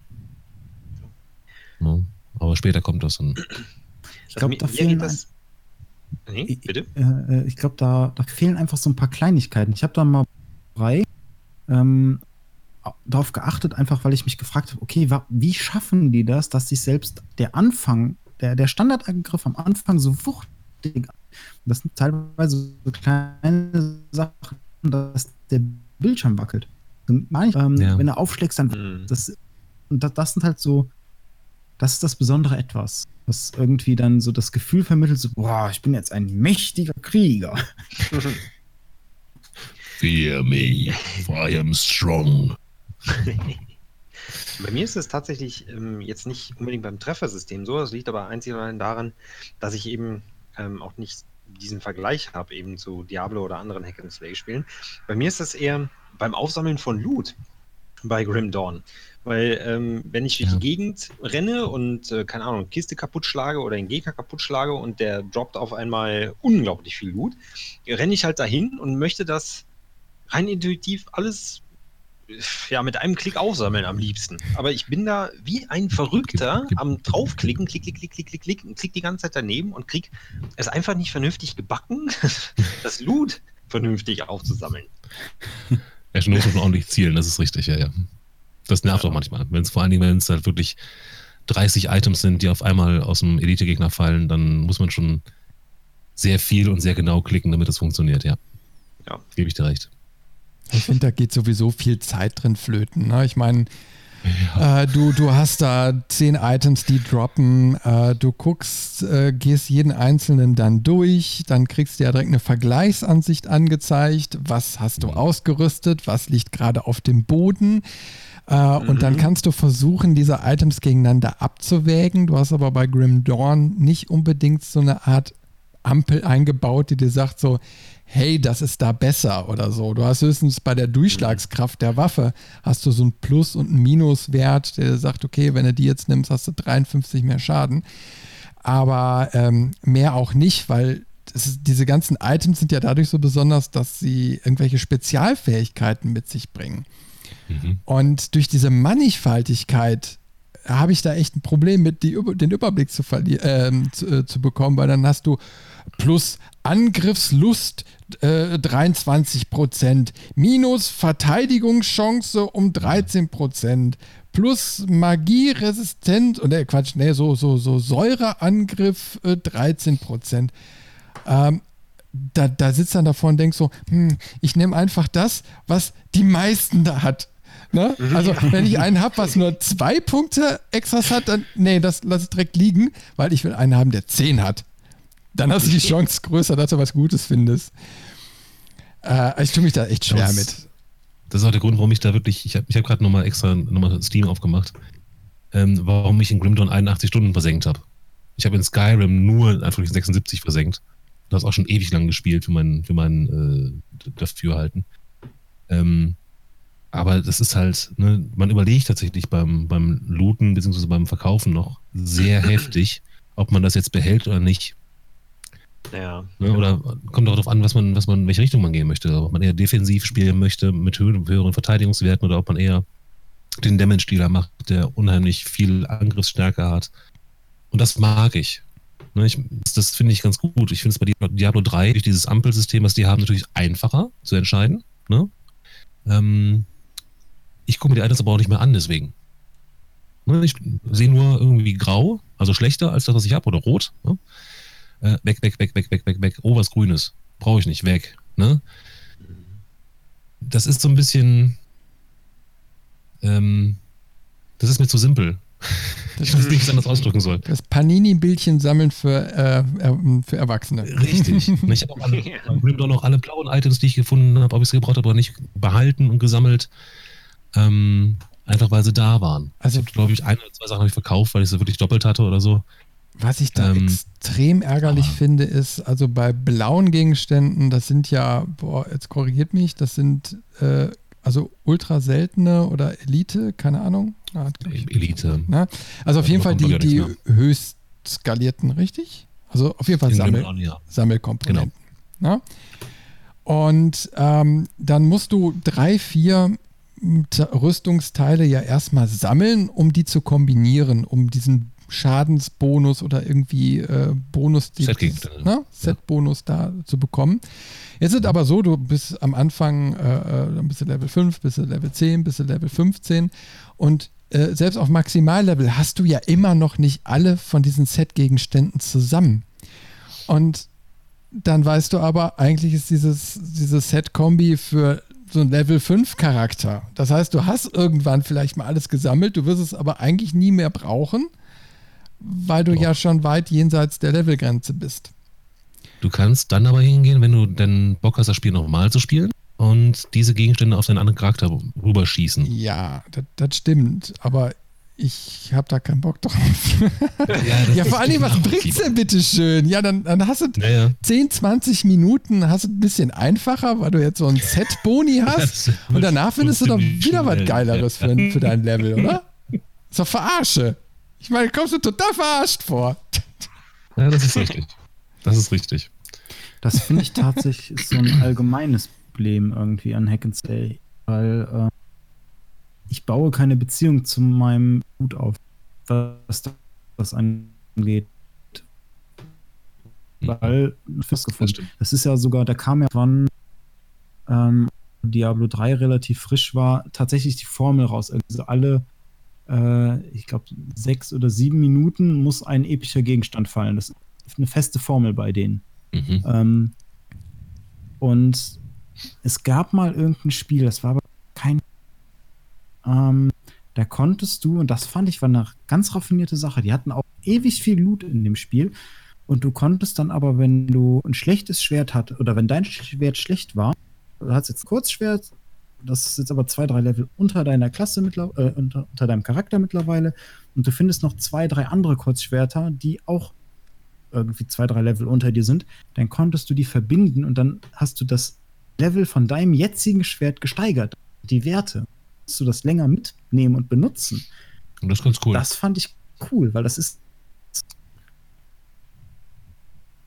Ne? Aber später kommt das dann. Ich glaube, da fehlen das. Nee, bitte? Äh, ich glaube, da, da fehlen einfach so ein paar Kleinigkeiten. Ich habe da mal drei ähm, darauf geachtet, einfach weil ich mich gefragt habe, okay, wa- wie schaffen die das, dass sich selbst der Anfang, der, der Standardangriff am Anfang so wuchtig, das sind teilweise so kleine Sachen, dass der Bildschirm wackelt. Ähm, ja. Wenn du aufschlägst, dann mhm. das, und das, das sind halt so, das ist das besondere Etwas, was irgendwie dann so das Gefühl vermittelt, so, boah, ich bin jetzt ein mächtiger Krieger. Fear me, for I am strong. Bei mir ist es tatsächlich ähm, jetzt nicht unbedingt beim Treffersystem so, das liegt aber einzig und allein daran, dass ich eben ähm, auch nicht diesen Vergleich habe eben zu Diablo oder anderen Hack-and-Slay-Spielen. Bei mir ist das eher beim Aufsammeln von Loot bei Grim Dawn, weil ähm, wenn ich durch ja. die Gegend renne und äh, keine Ahnung, Kiste kaputt schlage oder den Gegner kaputt schlage und der droppt auf einmal unglaublich viel Loot, renne ich halt dahin und möchte das rein intuitiv alles ja, mit einem Klick aufsammeln am liebsten. Aber ich bin da wie ein Verrückter am draufklicken, klick, klick, klick, klick, klick, klick, und klick die ganze Zeit daneben und krieg es einfach nicht vernünftig gebacken, das Loot vernünftig aufzusammeln. Ja, schon muss man ordentlich zielen, das ist richtig, ja, ja. Das nervt ja. auch manchmal. Wenn es vor allen Dingen, wenn es halt wirklich dreißig Items sind, die auf einmal aus dem Elite-Gegner fallen, dann muss man schon sehr viel und sehr genau klicken, damit das funktioniert, ja. Ja. Gebe ich dir recht. Ich finde, da geht sowieso viel Zeit drin flöten. Ne? Ich meine, ja. äh, du, du hast da zehn Items, die droppen. Äh, du guckst, äh, gehst jeden einzelnen dann durch. Dann kriegst du ja direkt eine Vergleichsansicht angezeigt. Was hast du mhm. ausgerüstet? Was liegt gerade auf dem Boden? Äh, mhm. Und dann kannst du versuchen, diese Items gegeneinander abzuwägen. Du hast aber bei Grim Dawn nicht unbedingt so eine Art Ampel eingebaut, die dir sagt so, hey, das ist da besser oder so. Du hast höchstens bei der Durchschlagskraft der Waffe hast du so einen Plus- und einen Minuswert, der sagt, okay, wenn du die jetzt nimmst, hast du dreiundfünfzig mehr Schaden. Aber ähm, mehr auch nicht, weil das ist, diese ganzen Items sind ja dadurch so besonders, dass sie irgendwelche Spezialfähigkeiten mit sich bringen. Mhm. Und durch diese Mannigfaltigkeit habe ich da echt ein Problem mit, die, den Überblick zu, verli- äh, zu, äh, zu bekommen, weil dann hast du plus Angriffslust äh, dreiundzwanzig Prozent, minus Verteidigungschance um dreizehn Prozent, plus Magieresistent, und äh, Quatsch, nee, so, so, so Säureangriff äh, dreizehn Prozent. Ähm, da, da sitzt dann davor und denkt so, hm, ich nehme einfach das, was die meisten da hat. Ne? Also wenn ich einen habe, was nur zwei Punkte Extras hat, dann nee, das lasse ich direkt liegen, weil ich will einen haben, der zehn hat. Dann hast du die Chance größer, dass du was Gutes findest. Äh, ich tue mich da echt schwer das, mit. Das ist auch der Grund, warum ich da wirklich, ich habe ich hab gerade nochmal extra nochmal Steam aufgemacht, ähm, warum ich in Grim Dawn einundachtzig Stunden versenkt habe. Ich habe in Skyrim nur in Anführungszeichen sechsundsiebzig versenkt. Du hast auch schon ewig lang gespielt für mein, für mein äh, Dafürhalten. Ähm, aber das ist halt, ne, man überlegt tatsächlich beim, beim Looten bzw. beim Verkaufen noch sehr heftig, ob man das jetzt behält oder nicht. Ja. Ne, oder kommt auch darauf an, was man, was man, in welche Richtung man gehen möchte. Ob man eher defensiv spielen möchte mit höheren, höheren Verteidigungswerten oder ob man eher den Damage-Dealer macht, der unheimlich viel Angriffsstärke hat. Und das mag ich. Ne, ich das das finde ich ganz gut. Ich finde es bei Diablo drei durch dieses Ampelsystem, was die haben, natürlich einfacher zu entscheiden. Ne? Ähm, ich gucke mir die Items aber auch nicht mehr an, deswegen. Ne, ich sehe nur irgendwie grau, also schlechter als das, was ich habe, oder rot. Ne? Äh, weg, weg, weg, weg, weg, weg, weg. Oh, was Grünes. Brauche ich nicht, weg. Ne? Das ist so ein bisschen. Ähm, das ist mir zu simpel. Ich weiß nicht, wie ich es anders ausdrücken soll. Das Panini-Bildchen sammeln für, äh, für Erwachsene. Richtig. Ich habe auch alle, Grim Dawn auch alle blauen Items, die ich gefunden habe, ob ich sie gebraucht habe oder nicht, behalten und gesammelt. Ähm, einfach weil sie da waren. Also, ich habe, glaube ich, ein oder zwei Sachen habe ich verkauft, weil ich sie wirklich doppelt hatte oder so. Was ich da Ähm, extrem ärgerlich aber- finde, ist, also bei blauen Gegenständen, das sind ja, boah, jetzt korrigiert mich, das sind äh, also ultra seltene oder Elite, keine Ahnung. Ah, hat, glaub ich, Elite. na? Also auf Ja, jeden Fall da kommt die, doch gar die nichts mehr. höchst skalierten, richtig? Also auf jeden Fall In Sammel, Grim Dawn, ja. Sammelkomponenten. Na? Und ähm, dann musst du drei, vier T- Rüstungsteile ja erstmal sammeln, um die zu kombinieren, um diesen Schadensbonus oder irgendwie äh, Bonus, die, Set-Gegenstände. ne? Set-Bonus da zu bekommen. Jetzt ist aber so, du bist am Anfang, äh, dann bist du Level fünf, bist du Level zehn, bist du Level fünfzehn und äh, selbst auf Maximallevel hast du ja immer noch nicht alle von diesen Set-Gegenständen zusammen. Und dann weißt du aber, eigentlich ist dieses, dieses Set-Kombi für so ein Level fünf Charakter. Das heißt, du hast irgendwann vielleicht mal alles gesammelt, du wirst es aber eigentlich nie mehr brauchen, weil du Doch. ja schon weit jenseits der Levelgrenze bist. Du kannst dann aber hingehen, wenn du dann Bock hast, das Spiel nochmal zu spielen und diese Gegenstände auf deinen anderen Charakter rüberschießen. Ja, das, das stimmt, aber ich habe da keinen Bock drauf. Ja, das Ja, ist vor allem, was bringt's denn bitte schön? Ja, dann, dann hast du Naja. zehn, zwanzig Minuten, hast du ein bisschen einfacher, weil du jetzt so ein Set-Boni hast das und danach findest du doch ziemlich wieder was schnell, Geileres ja. für, für dein Level, oder? Ist doch Verarsche. Ich meine, kommst du total verarscht vor. Ja, das ist richtig. Das ist richtig. Das finde ich tatsächlich ist so ein allgemeines Problem irgendwie an Hack and Slay, weil äh, ich baue keine Beziehung zu meinem Loot auf, was das angeht. Weil, das, Das stimmt. das ist ja sogar, da kam ja wann ähm, Diablo drei relativ frisch war, tatsächlich die Formel raus. Also alle, äh, ich glaube, sechs oder sieben Minuten muss ein epischer Gegenstand fallen. Das ist eine feste Formel bei denen. Mhm. Ähm, und es gab mal irgendein Spiel, das war aber kein. Ähm, da konntest du, und das fand ich war eine ganz raffinierte Sache, die hatten auch ewig viel Loot in dem Spiel. Und du konntest dann aber, wenn du ein schlechtes Schwert hattest, oder wenn dein Schwert schlecht war, du hast jetzt ein Kurzschwert, das ist jetzt aber zwei, drei Level unter deiner Klasse, mittler- äh, unter, unter deinem Charakter mittlerweile, und du findest noch zwei, drei andere Kurzschwerter, die auch irgendwie zwei, drei Level unter dir sind, dann konntest du die verbinden und dann hast du das Level von deinem jetzigen Schwert gesteigert. Die Werte. Kannst du das länger mitnehmen und benutzen. Und das ist ganz cool. Das fand ich cool, weil das ist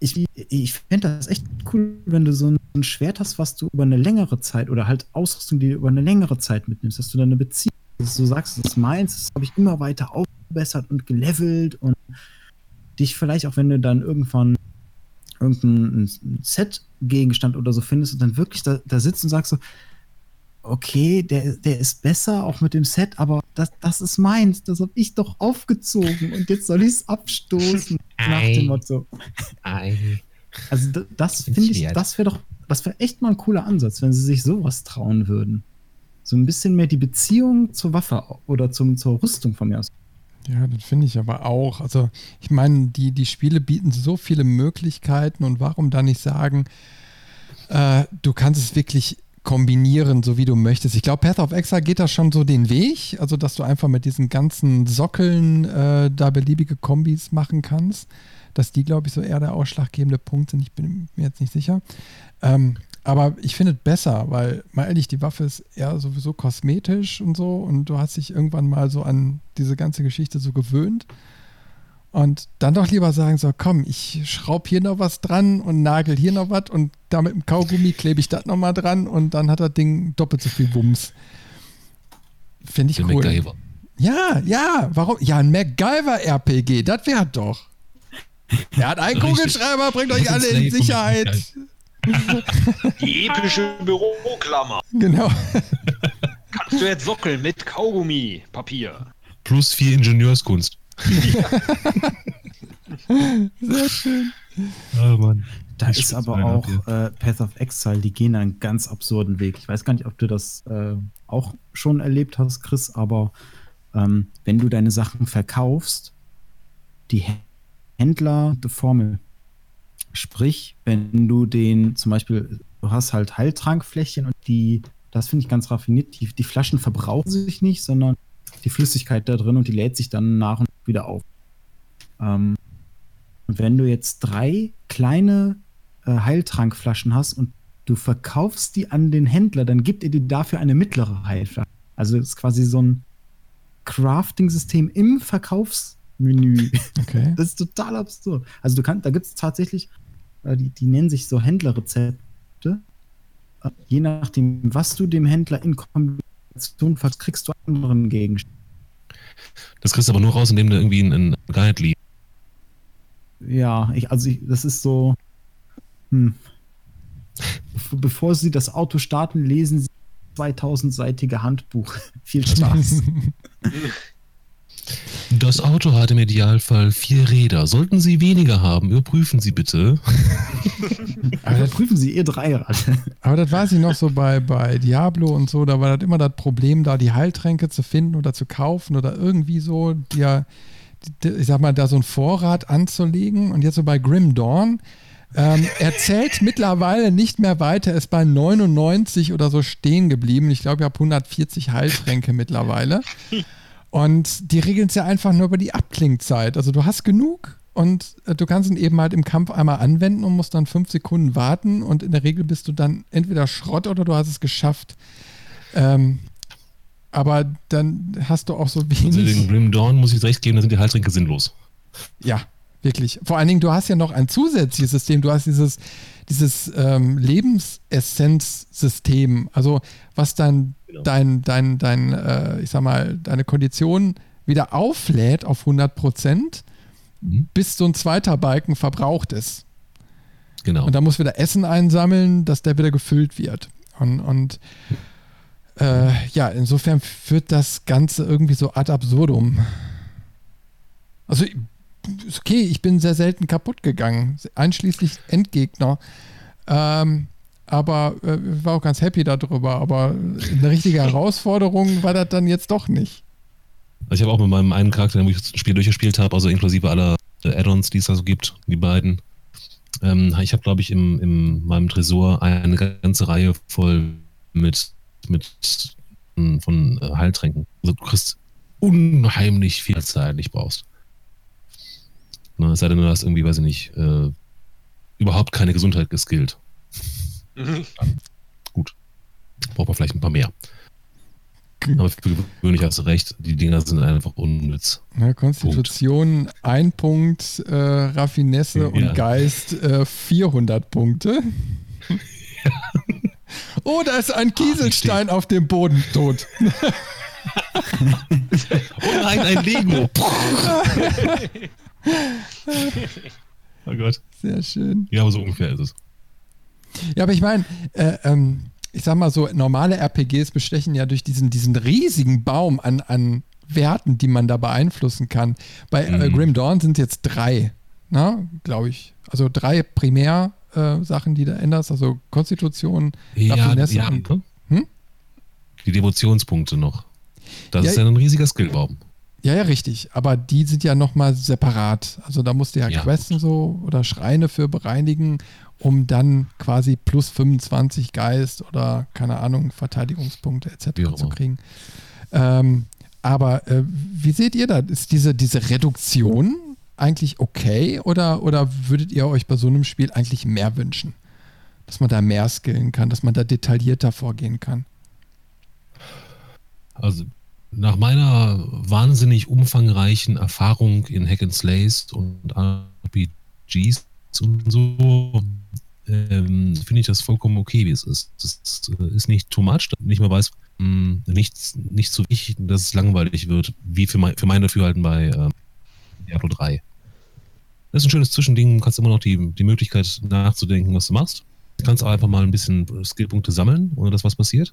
ich, ich fände das echt cool, wenn du so ein, ein Schwert hast, was du über eine längere Zeit oder halt Ausrüstung, die du über eine längere Zeit mitnimmst, dass du dann eine Beziehung, dass du sagst, das ist meins, das habe ich immer weiter aufgebessert und gelevelt und dich vielleicht auch, wenn du dann irgendwann irgendein Set-Gegenstand oder so findest und dann wirklich da, da sitzt und sagst so, okay, der, der ist besser, auch mit dem Set, aber das, das ist meins, das habe ich doch aufgezogen und jetzt soll ich es abstoßen. Ei. Nach dem Motto. Ei. Also d- das finde ich, das wäre doch, das wäre echt mal ein cooler Ansatz, wenn sie sich sowas trauen würden. So ein bisschen mehr die Beziehung zur Waffe oder zum, zur Rüstung von mir aus. Ja, das finde ich aber auch. Also ich meine, die, die Spiele bieten so viele Möglichkeiten und warum da nicht sagen, äh, du kannst es wirklich kombinieren, so wie du möchtest. Ich glaube, Path of Exile geht da schon so den Weg, also dass du einfach mit diesen ganzen Sockeln äh, da beliebige Kombis machen kannst, dass die, glaube ich, so eher der ausschlaggebende Punkt sind. Ich bin mir jetzt nicht sicher. Ähm, aber ich finde es besser, weil, mal ehrlich, die Waffe ist eher sowieso kosmetisch und so und du hast dich irgendwann mal so an diese ganze Geschichte so gewöhnt. Und dann doch lieber sagen, so komm, ich schraube hier noch was dran und nagel hier noch was und da mit dem Kaugummi klebe ich das nochmal dran und dann hat das Ding doppelt so viel Wumms. Finde ich Der cool. MacGyver. Ja, ja, warum? Ja, ein MacGyver-R P G, das wäre doch. Er hat einen Richtig. Kugelschreiber, bringt euch alle in Sicherheit. Die epische Büroklammer. Genau. Kannst du jetzt sockeln mit Kaugummi, Papier. Plus vier Ingenieurskunst. Sehr schön. Oh Mann. Da Ich ist spitze aber meinen ab, auch äh, Path of Exile, die gehen einen ganz absurden Weg. Ich weiß gar nicht, ob du das äh, auch schon erlebt hast, Chris, aber ähm, wenn du deine Sachen verkaufst, die Händler, die Formel, sprich, wenn du den zum Beispiel, du hast halt Heiltrankfläschchen und die, das finde ich ganz raffiniert, die, die Flaschen verbrauchen sich nicht, sondern die Flüssigkeit da drin und die lädt sich dann nach und nach wieder auf. Ähm, und wenn du jetzt drei kleine äh, Heiltrankflaschen hast und du verkaufst die an den Händler, dann gibt er dir dafür eine mittlere Heilflasche. Also das ist quasi so ein Crafting-System im Verkaufsmenü. Okay. Das ist total absurd. Also du kannst, da gibt es tatsächlich, äh, die, die nennen sich so Händlerrezepte. Äh, je nachdem, was du dem Händler in Kombination verkaufst, kriegst du anderen Gegenstand. Das kriegst du aber nur raus, indem du irgendwie einen Guide liest. Ja, ich, also ich, das ist so, hm. Be- bevor Sie das Auto starten, lesen Sie das zweitausendseitige Handbuch. Viel Spaß. Das Auto hat im Idealfall vier Räder. Sollten Sie weniger haben, überprüfen Sie bitte. Aber da prüfen Sie Ihr Dreirad. Aber das weiß ich noch so bei, bei Diablo und so, da war das immer das Problem, da die Heiltränke zu finden oder zu kaufen oder irgendwie so, dir, ich sag mal, da so ein Vorrat anzulegen. Und jetzt so bei Grim Dawn, ähm, er zählt mittlerweile nicht mehr weiter, ist bei neunundneunzig oder so stehen geblieben. Ich glaube, ich habe hundertvierzig Heiltränke mittlerweile. Und die regeln es ja einfach nur über die Abklingzeit. Also du hast genug und äh, du kannst ihn eben halt im Kampf einmal anwenden und musst dann fünf Sekunden warten und in der Regel bist du dann entweder Schrott oder du hast es geschafft. Ähm, aber dann hast du auch so Also den wenig. Grim Dawn muss ich recht geben, da sind die Heiltränke sinnlos. Ja, wirklich. Vor allen Dingen, du hast ja noch ein zusätzliches System. Du hast dieses, dieses ähm, Lebensessenz-System. Also was dann Genau. dein, dein, dein äh, ich sag mal, deine Kondition wieder auflädt auf hundert Prozent, Mhm. bis so ein zweiter Balken verbraucht ist. Genau. Und da muss wieder Essen einsammeln, dass der wieder gefüllt wird. Und, und äh, ja, insofern führt das Ganze irgendwie so ad absurdum. Also, ist okay, ich bin sehr selten kaputt gegangen, einschließlich Endgegner. Ähm, aber äh, ich war auch ganz happy darüber. Aber eine richtige Herausforderung war das dann jetzt doch nicht. Also ich habe auch mit meinem einen Charakter, wo ich das Spiel durchgespielt habe, also inklusive aller äh, Add-ons, die es da so gibt, die beiden. Ähm, ich habe, glaube ich, in im, meinem Tresor eine ganze Reihe voll mit, mit von, von äh, Heiltränken. Also du kriegst unheimlich viel Zeit, nicht brauchst. Ne, es sei denn, du hast irgendwie, weiß ich nicht, äh, überhaupt keine Gesundheit geskillt. Mhm. Gut. Braucht man vielleicht ein paar mehr. Aber für gewöhnlich hast du recht, die Dinger sind einfach unnütz. Ja, Konstitution Punkt. ein Punkt, äh, Raffinesse ja. und Geist äh, vierhundert Punkte. Ja. Oh, da ist ein Kieselstein auf dem Boden tot. Oh nein, ein Lego. Oh Gott. Sehr schön. Ja, aber so ungefähr ist es. Ja, aber ich meine, äh, ähm, ich sag mal so, normale R P Gs bestechen ja durch diesen, diesen riesigen Baum an, an Werten, die man da beeinflussen kann. Bei mhm. äh, Grim Dawn sind jetzt drei, glaube ich. Also drei Primär-Sachen, äh, die da änderst, also Konstitution, ja, Raffinesse ja, und... Ne? Hm? Die Devotionspunkte noch. Das ja, ist ja ein riesiger Skillbaum. Ja, ja, richtig. Aber die sind ja nochmal separat. Also da musst du ja, ja Questen so oder Schreine für bereinigen, um dann quasi plus fünfundzwanzig Geist oder, keine Ahnung, Verteidigungspunkte et cetera zu kriegen. Ähm, aber äh, wie seht ihr das? Ist diese, diese Reduktion eigentlich okay oder, oder würdet ihr euch bei so einem Spiel eigentlich mehr wünschen? Dass man da mehr skillen kann, dass man da detaillierter vorgehen kann? Also nach meiner wahnsinnig umfangreichen Erfahrung in Hack and Slays und R P Gs und so, ähm, finde ich das vollkommen okay, wie es ist. Das ist nicht too much, dass ich nicht mehr weiß, mh, nicht, nicht so wichtig, dass es langweilig wird, wie für mein, für mein Dafürhalten bei ähm, Diablo drei. Das ist ein schönes Zwischending, du kannst immer noch die, die Möglichkeit nachzudenken, was du machst. Du kannst auch einfach mal ein bisschen Skillpunkte sammeln, ohne dass was passiert.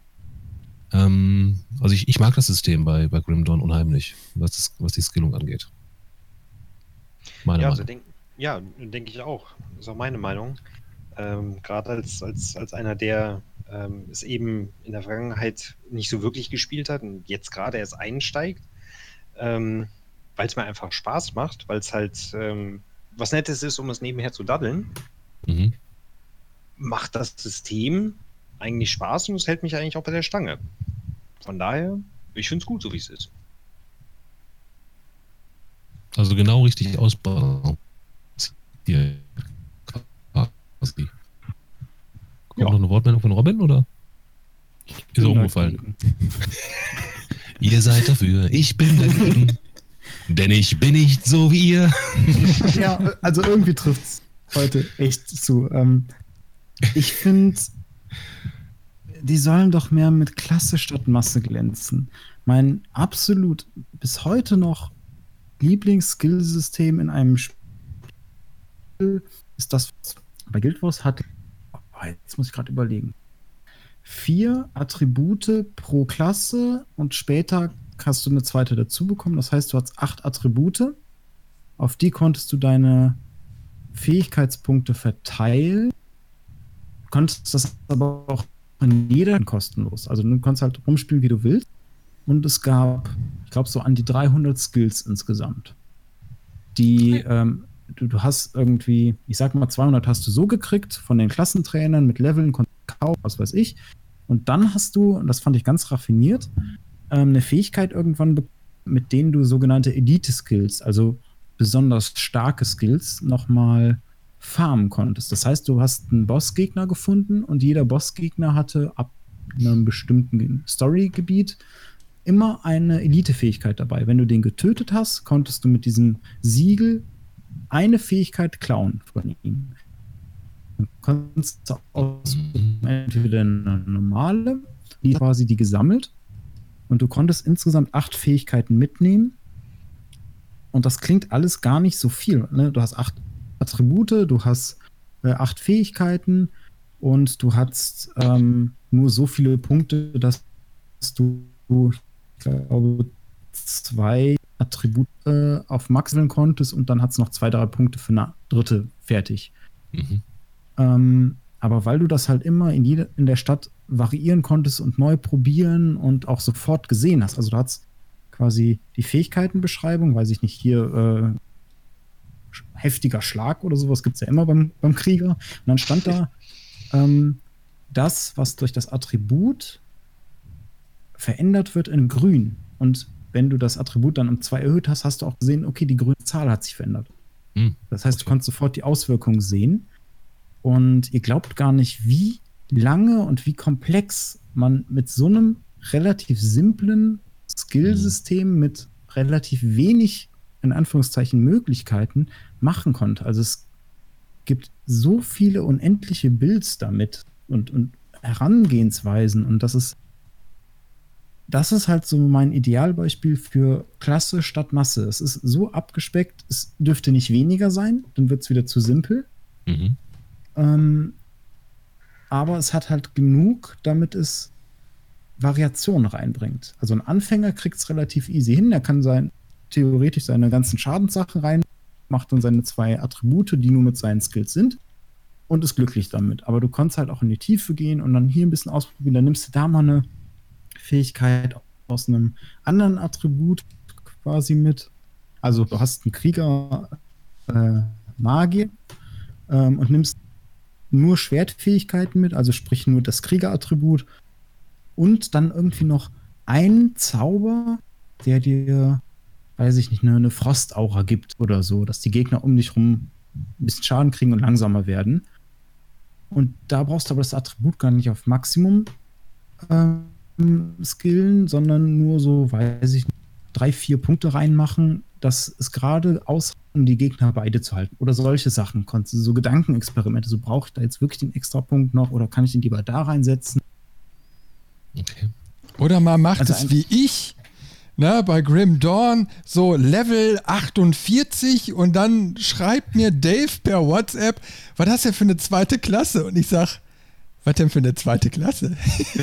Ähm, also ich, ich mag das System bei, bei Grim Dawn unheimlich, was, das, was die Skillung angeht. Meine ja, Meinung. also denk, ja, denke ich auch. Das ist auch meine Meinung. Ähm, Gerade als, als, als einer, der ähm, es eben in der Vergangenheit nicht so wirklich gespielt hat und jetzt gerade erst einsteigt, ähm, weil es mir einfach Spaß macht, weil es halt ähm, was Nettes ist, um es nebenher zu daddeln, mhm. macht das System eigentlich Spaß und es hält mich eigentlich auch bei der Stange. Von daher, ich finde es gut, so wie es ist. Also genau richtig ausbauen. Hier. Kommt ja. noch eine Wortmeldung von Robin, oder? Ist er umgefallen? Ihr seid dafür, ich bin dagegen. Denn ich bin nicht so wie ihr. Ja, also irgendwie trifft es heute echt zu. Ähm, ich finde, die sollen doch mehr mit Klasse statt Masse glänzen. Mein absolut bis heute noch Lieblings-Skill-System in einem Spiel ist das, was bei Guild Wars hat. Oh, jetzt muss ich gerade überlegen. Vier Attribute pro Klasse und später hast du eine zweite dazu bekommen. Das heißt, du hast acht Attribute. Auf die konntest du deine Fähigkeitspunkte verteilen. Du konntest das aber auch an jeder kostenlos. Also du konntest halt rumspielen, wie du willst. Und es gab, ich glaube, so an die dreihundert Skills insgesamt. Die, ähm, du, du hast irgendwie, ich sag mal, zweihundert hast du so gekriegt von den Klassentrainern mit Leveln, was weiß ich. Und dann hast du, und das fand ich ganz raffiniert, ähm, eine Fähigkeit irgendwann, be- mit denen du sogenannte Elite-Skills, also besonders starke Skills, nochmal farmen konntest. Das heißt, du hast einen Bossgegner gefunden und jeder Bossgegner hatte ab einem bestimmten Storygebiet immer eine Elite-Fähigkeit dabei. Wenn du den getötet hast, konntest du mit diesem Siegel eine Fähigkeit klauen von ihm. Du konntest aus entweder eine normale, die quasi die gesammelt, und du konntest insgesamt acht Fähigkeiten mitnehmen. Und das klingt alles gar nicht so viel. Ne? Du hast acht Attribute, du hast äh, acht Fähigkeiten und du hast ähm, nur so viele Punkte, dass du, ich glaube, zwei Attribute äh, auf Max wählen konntest und dann hat es noch zwei, drei Punkte für eine dritte fertig. Mhm. Ähm, aber weil du das halt immer in, jede, in der Stadt variieren konntest und neu probieren und auch sofort gesehen hast, also du hast quasi die Fähigkeitenbeschreibung, weiß ich nicht, hier äh, heftiger Schlag oder sowas gibt es ja immer beim, beim Krieger. Und dann stand da, ähm, das, was durch das Attribut verändert wird, in grün. Und wenn du das Attribut dann um zwei erhöht hast, hast du auch gesehen, okay, die grüne Zahl hat sich verändert. Mhm. Das heißt, du konntest sofort die Auswirkungen sehen. Und ihr glaubt gar nicht, wie lange und wie komplex man mit so einem relativ simplen Skillsystem mit relativ wenig, in Anführungszeichen, Möglichkeiten machen konnte. Also es gibt so viele unendliche Builds damit und, und Herangehensweisen und das ist das ist halt so mein Idealbeispiel für Klasse statt Masse. Es ist so abgespeckt, es dürfte nicht weniger sein, dann wird es wieder zu simpel. Mhm. Ähm, aber es hat halt genug, damit es Variation reinbringt. Also ein Anfänger kriegt es relativ easy hin. Er kann sein, theoretisch seine ganzen Schadenssachen rein, macht dann seine zwei Attribute, die nur mit seinen Skills sind und ist glücklich damit. Aber du kannst halt auch in die Tiefe gehen und dann hier ein bisschen ausprobieren. Dann nimmst du da mal eine Fähigkeit aus einem anderen Attribut quasi mit. Also du hast einen Krieger äh, Magier ähm, und nimmst nur Schwertfähigkeiten mit, also sprich nur das Kriegerattribut und dann irgendwie noch einen Zauber, der dir, weiß ich nicht, eine, eine Frostaura gibt oder so, dass die Gegner um dich rum ein bisschen Schaden kriegen und langsamer werden. Und da brauchst du aber das Attribut gar nicht auf Maximum ähm, skillen, sondern nur so, weiß ich nicht, drei, vier Punkte reinmachen, dass es gerade ausreicht, um die Gegner beide zu halten. Oder solche Sachen, so Gedankenexperimente. So, brauche ich da jetzt wirklich den extra Punkt noch oder kann ich den lieber da reinsetzen? Okay. Oder man macht Also es wie ich, ne, bei Grim Dawn, so Level achtundvierzig und dann schreibt mir Dave per WhatsApp, was hast du denn für eine zweite Klasse? Und ich sag, was denn für eine zweite Klasse?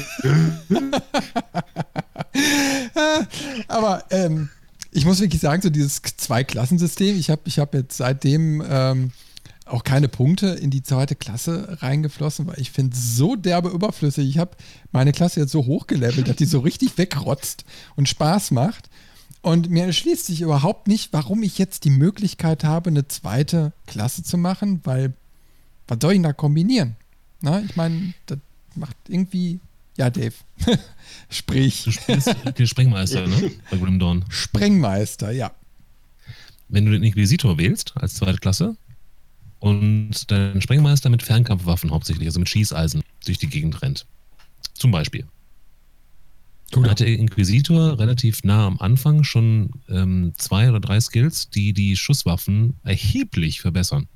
Aber ähm, ich muss wirklich sagen, so dieses Zwei-Klassensystem, ich habe ich hab jetzt seitdem ähm, auch keine Punkte in die zweite Klasse reingeflossen, weil ich finde es so derbe überflüssig. Ich habe meine Klasse jetzt so hochgelevelt, dass die so richtig wegrotzt und Spaß macht. Und mir erschließt sich überhaupt nicht, warum ich jetzt die Möglichkeit habe, eine zweite Klasse zu machen, weil was soll ich da kombinieren? Na, ich meine, das macht irgendwie... Ja, Dave, sprich. Du spielst den Sprengmeister, ne? Bei Grim Dawn. Sprengmeister, ja. Wenn du den Inquisitor wählst als zweite Klasse und deinen Sprengmeister mit Fernkampfwaffen hauptsächlich, also mit Schießeisen, durch die Gegend rennt. Zum Beispiel. Dann hat der Inquisitor relativ nah am Anfang schon ähm, zwei oder drei Skills, die die Schusswaffen erheblich verbessern.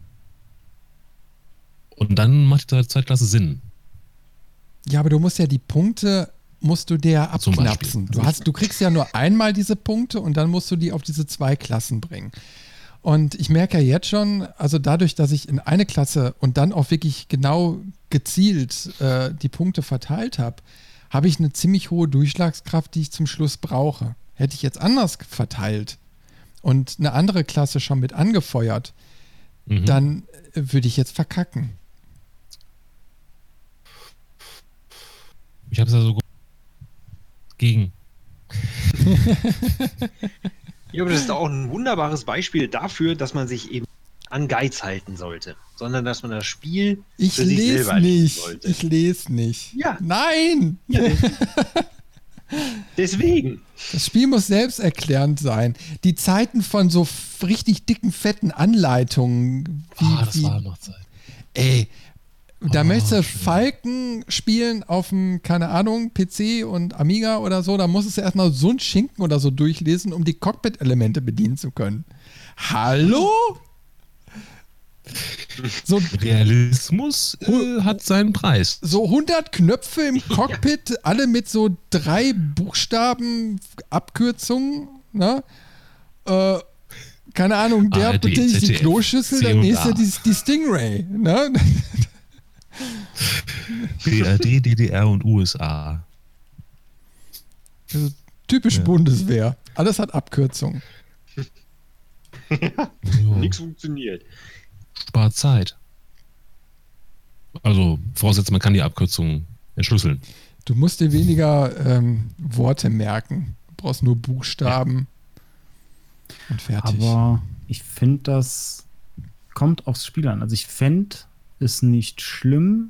Und dann macht die zweite Klasse Sinn. Ja, aber du musst ja die Punkte, musst du dir Zum abknapsen. Beispiel. Du, hast, du kriegst ja nur einmal diese Punkte und dann musst du die auf diese zwei Klassen bringen. Und ich merke ja jetzt schon, also dadurch, dass ich in eine Klasse und dann auch wirklich genau gezielt äh, die Punkte verteilt habe, habe ich eine ziemlich hohe Durchschlagskraft, die ich zum Schluss brauche. Hätte ich jetzt anders verteilt und eine andere Klasse schon mit angefeuert, Mhm. dann würde ich jetzt verkacken. Ich habe es also gegen. Ja, aber das ist auch ein wunderbares Beispiel dafür, dass man sich eben an Geiz halten sollte, sondern dass man das Spiel Ich für sich lese selber erleben nicht. sollte. Ich lese nicht. Ja. Nein! Ja, deswegen. Das Spiel muss selbsterklärend sein. Die Zeiten von so f- richtig dicken, fetten Anleitungen. Wie, Ah, das wie, war noch Zeit. Ey, da Oh, möchtest du schön. Falken spielen auf dem, keine Ahnung, P C und Amiga oder so, da musstest du erstmal so einen Schinken oder so durchlesen, um die Cockpit-Elemente bedienen zu können. Hallo? So, Realismus äh, hat seinen Preis. so hundert Knöpfe im Cockpit, alle mit so drei Buchstaben Abkürzungen, ne? Äh, keine Ahnung, der A R D, betätigt die Z D F, Kloschüssel, der C und nächste A. die, die Stingray, ne? B R D, D D R und U S A. Also, typisch Ja. Bundeswehr. Alles hat Abkürzungen. Jo. Nichts funktioniert. Spart Zeit. Also, voraussetzt, man kann die Abkürzungen entschlüsseln. Du musst dir weniger ähm, Worte merken. Du brauchst nur Buchstaben und fertig. Aber ich finde, das kommt aufs Spiel an. Also ich fände es nicht schlimm,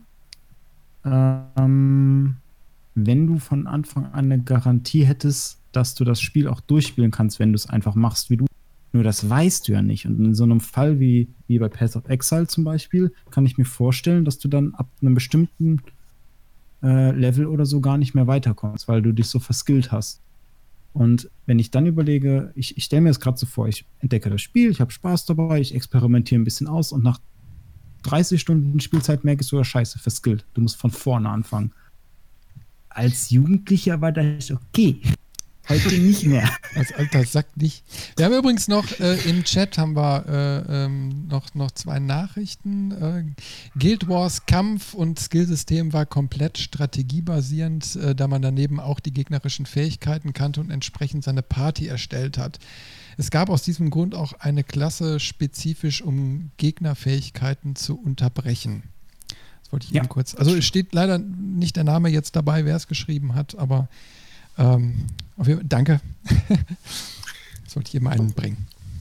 ähm, wenn du von Anfang an eine Garantie hättest, dass du das Spiel auch durchspielen kannst, wenn du es einfach machst wie du. Nur das weißt du ja nicht. Und in so einem Fall wie, wie bei Path of Exile zum Beispiel, kann ich mir vorstellen, dass du dann ab einem bestimmten äh, Level oder so gar nicht mehr weiterkommst, weil du dich so verskillt hast. Und wenn ich dann überlege, ich, ich stelle mir das gerade so vor, ich entdecke das Spiel, ich habe Spaß dabei, ich experimentiere ein bisschen aus und nach dreißig Stunden Spielzeit merke ich so, scheiße, verskillt. Du musst von vorne anfangen. Als Jugendlicher war das okay. Heute nicht mehr. Als alter Sack nicht. Wir haben übrigens noch äh, im Chat haben wir äh, ähm, noch, noch zwei Nachrichten. Äh, Guild Wars Kampf und Skillsystem war komplett strategiebasierend, äh, da man daneben auch die gegnerischen Fähigkeiten kannte und entsprechend seine Party erstellt hat. Es gab aus diesem Grund auch eine Klasse spezifisch, um Gegnerfähigkeiten zu unterbrechen. Das wollte ich Ja. eben kurz. Also es steht leider nicht der Name jetzt dabei, wer es geschrieben hat, aber Ähm, auf jeden Fall, danke. Das wollte ich eben einbringen.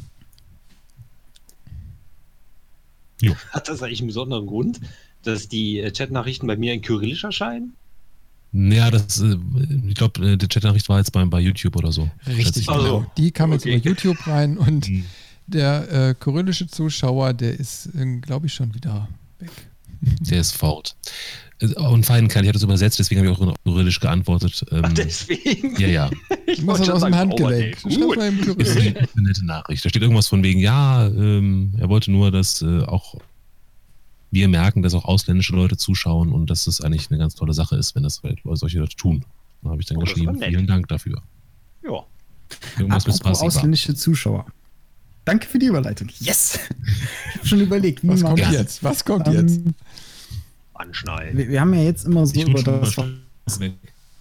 Jo. Hat das eigentlich einen besonderen Grund, dass die äh, Chatnachrichten bei mir in Kyrillisch erscheinen? Naja, das, äh, ich glaube, die Chatnachricht war jetzt bei, bei YouTube oder so. Richtig, Schätze ich. genau. Also, Die kam jetzt okay. über YouTube rein und Mhm. der äh, kyrillische Zuschauer, der ist, äh, glaube ich, schon wieder weg. Der ist fort. Und feinen Kerl, ich hatte es übersetzt, deswegen habe ich auch kyrillisch geantwortet. Ähm, Ach, deswegen. ja, ja. Ich Du machst wollte das schon aus dem sagen, oh, Handgelenk. ey, Du schreibst gut. mal im Ist Kyrillisch. eine nette Nachricht. Da steht irgendwas von wegen, ja, ähm, er wollte nur, dass äh, auch wir merken, dass auch ausländische Leute zuschauen und dass es eigentlich eine ganz tolle Sache ist, wenn das solche Leute tun. Da habe ich dann Oh, das geschrieben, war nett. vielen Dank dafür. Ja. Irgendwas mit Apropos passiver. ausländische Zuschauer. Danke für die Überleitung. Yes! Ich habe schon überlegt, wie Was man kommt das- jetzt? Was kommt jetzt? Ähm, Anschneiden. wir, wir haben ja jetzt immer so Ich über rutsche mal das, schon weg.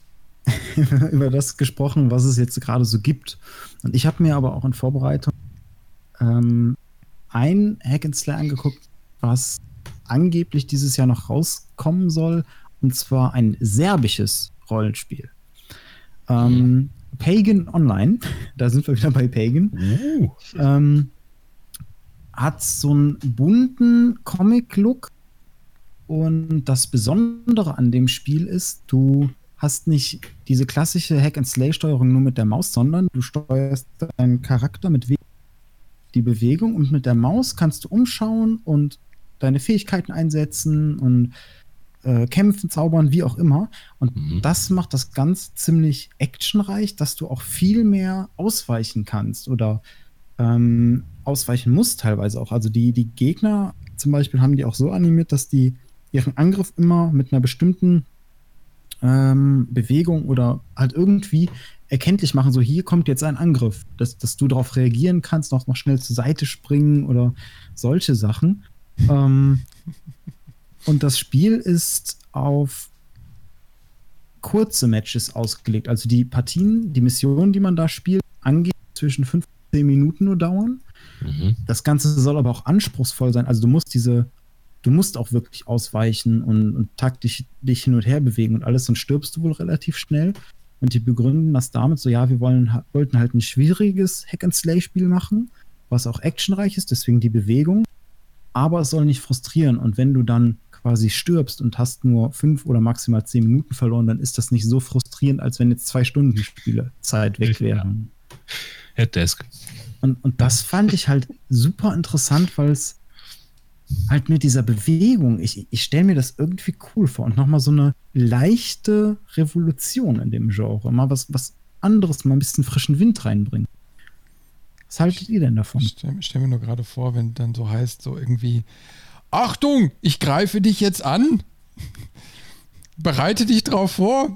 über das gesprochen, was es jetzt gerade so gibt. Und ich habe mir aber auch in Vorbereitung ähm, ein Hack and Slay angeguckt, was angeblich dieses Jahr noch rauskommen soll, und zwar ein serbisches Rollenspiel. Ähm, Pagan Online, da sind wir wieder bei Pagan, Uh, ähm, hat so einen bunten Comic-Look, und das Besondere an dem Spiel ist, du hast nicht diese klassische Hack-and-Slay-Steuerung nur mit der Maus, sondern du steuerst deinen Charakter mit We- die Bewegung, und mit der Maus kannst du umschauen und deine Fähigkeiten einsetzen und äh, kämpfen, zaubern, wie auch immer. Und Mhm. das macht das ganz ziemlich actionreich, dass du auch viel mehr ausweichen kannst oder ähm, ausweichen musst teilweise auch. Also die, die Gegner zum Beispiel haben die auch so animiert, dass die ihren Angriff immer mit einer bestimmten ähm, Bewegung oder halt irgendwie erkenntlich machen, so hier kommt jetzt ein Angriff, dass, dass du darauf reagieren kannst, noch, noch schnell zur Seite springen oder solche Sachen. Ähm, und das Spiel ist auf kurze Matches ausgelegt. Also die Partien, die Missionen, die man da spielt, angeblich zwischen fünf und zehn Minuten nur dauern. mhm. Das Ganze soll aber auch anspruchsvoll sein. Also du musst diese, du musst auch wirklich ausweichen und, und taktisch dich hin und her bewegen und alles, sonst stirbst du wohl relativ schnell. Und die begründen das damit so, ja, wir wollen, wollten halt ein schwieriges Hack-and-Slay-Spiel machen, was auch actionreich ist, deswegen die Bewegung. Aber es soll nicht frustrieren. Und wenn du dann quasi stirbst und hast nur fünf oder maximal zehn Minuten verloren, dann ist das nicht so frustrierend, als wenn jetzt zwei Stunden Spielezeit weg wären. Headdesk. Und, und das fand ich halt super interessant, weil es halt mit dieser Bewegung, ich, ich stelle mir das irgendwie cool vor und nochmal so eine leichte Revolution in dem Genre, mal was, was anderes, mal ein bisschen frischen Wind reinbringen. Was haltet ihr denn davon? Ich stelle stell mir nur gerade vor, wenn dann so heißt, so irgendwie, Achtung, ich greife dich jetzt an. Bereite dich drauf vor.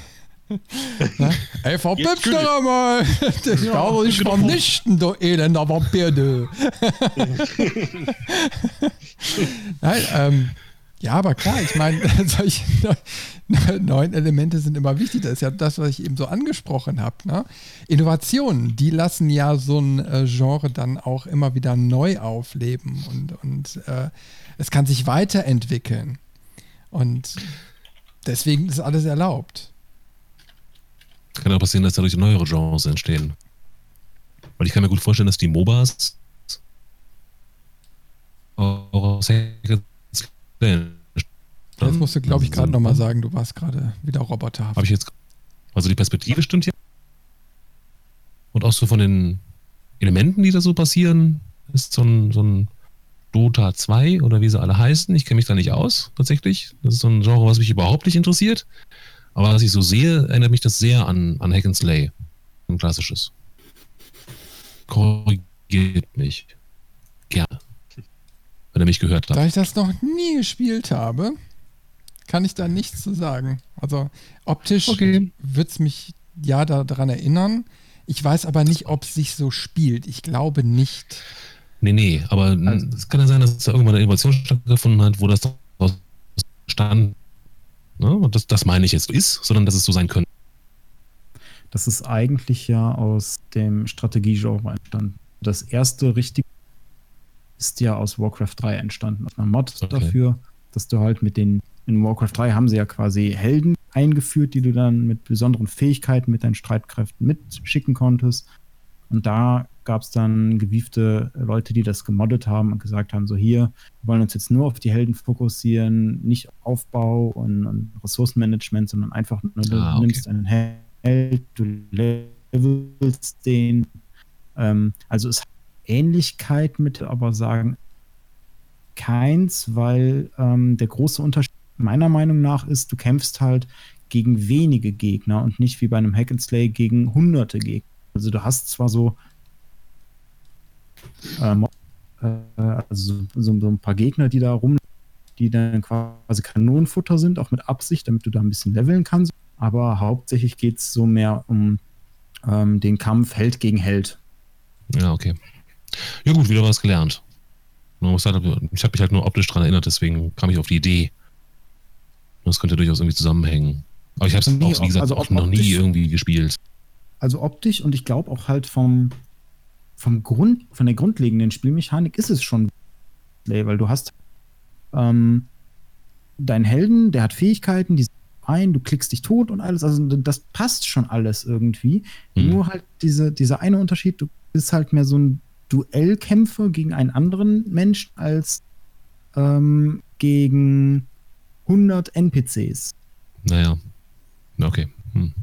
Na? Ey, verpippst Jetzt doch mal. Ich werde dich vernichten, du elender Vampir, du. Nein, ähm, ja, aber klar, ich meine, solche neu- neuen Elemente sind immer wichtig. Das ist ja das, was ich eben so angesprochen habe. Ne? Innovationen, die lassen ja so ein äh, Genre dann auch immer wieder neu aufleben und, und äh, es kann sich weiterentwickeln. Und deswegen ist alles erlaubt. Kann auch passieren, dass dadurch neuere Genres entstehen. Weil ich kann mir gut vorstellen, dass die MOBAs auch aus Das musst du, glaube ich, gerade nochmal sagen. Du warst gerade wieder roboterhaft. Habe ich jetzt. Also die Perspektive stimmt hier. Und auch so von den Elementen, die da so passieren, ist so ein, so ein Dota zwei oder wie sie alle heißen. Ich kenne mich da nicht aus, tatsächlich. Das ist so ein Genre, was mich überhaupt nicht interessiert. Aber was ich so sehe, erinnert mich das sehr an, an Hack and Slay. Ein klassisches. Korrigiert mich. Gerne. Wenn er mich gehört hat. Da ich das noch nie gespielt habe, kann ich da nichts zu sagen. Also optisch Okay. wird es mich ja daran erinnern. Ich weiß aber nicht, ob es sich so spielt. Ich glaube nicht. Nee, nee, aber Also- es kann ja sein, dass da irgendwann eine Innovation stattgefunden hat, wo das daraus stand. Ne? Und das, das meine ich jetzt ist, sondern dass es so sein könnte. Das ist eigentlich ja aus dem Strategiegenre entstanden. Das erste richtige ist ja aus Warcraft drei entstanden. Aus einer Mod Okay. dafür, dass du halt mit den, in Warcraft drei haben sie ja quasi Helden eingeführt, die du dann mit besonderen Fähigkeiten mit deinen Streitkräften mitschicken konntest. Und da gab es dann gewiefte Leute, die das gemoddet haben und gesagt haben, so hier, wir wollen uns jetzt nur auf die Helden fokussieren, nicht auf Aufbau und, und Ressourcenmanagement, sondern einfach nur, du Ah, okay. nimmst einen Held, du levelst den. Ähm, also es hat Ähnlichkeit mit, aber sagen keins, weil ähm, der große Unterschied meiner Meinung nach ist, du kämpfst halt gegen wenige Gegner und nicht wie bei einem Hack and Slay gegen hunderte Gegner. Also du hast zwar so ähm, äh, also so, so ein paar Gegner, die da rum, die dann quasi Kanonenfutter sind, auch mit Absicht, damit du da ein bisschen leveln kannst, aber hauptsächlich geht es so mehr um ähm, den Kampf Held gegen Held. Ja, okay. Ja gut, wieder was gelernt. Nur Ich habe mich halt nur optisch dran erinnert, deswegen kam ich auf die Idee. Das könnte durchaus irgendwie zusammenhängen. Aber ich habe es Nee, auch, wie gesagt, also auch noch nie optisch- irgendwie gespielt. Also optisch und ich glaube auch halt vom, vom Grund, von der grundlegenden Spielmechanik ist es schon Slay, weil du hast ähm, deinen Helden, der hat Fähigkeiten, die sind ein, du klickst dich tot und alles, also das passt schon alles irgendwie. Mhm. Nur halt diese, dieser eine Unterschied, du bist halt mehr so ein Duellkämpfer gegen einen anderen Menschen als ähm, gegen hundert N P Cs. Naja. Ja, okay. Hm.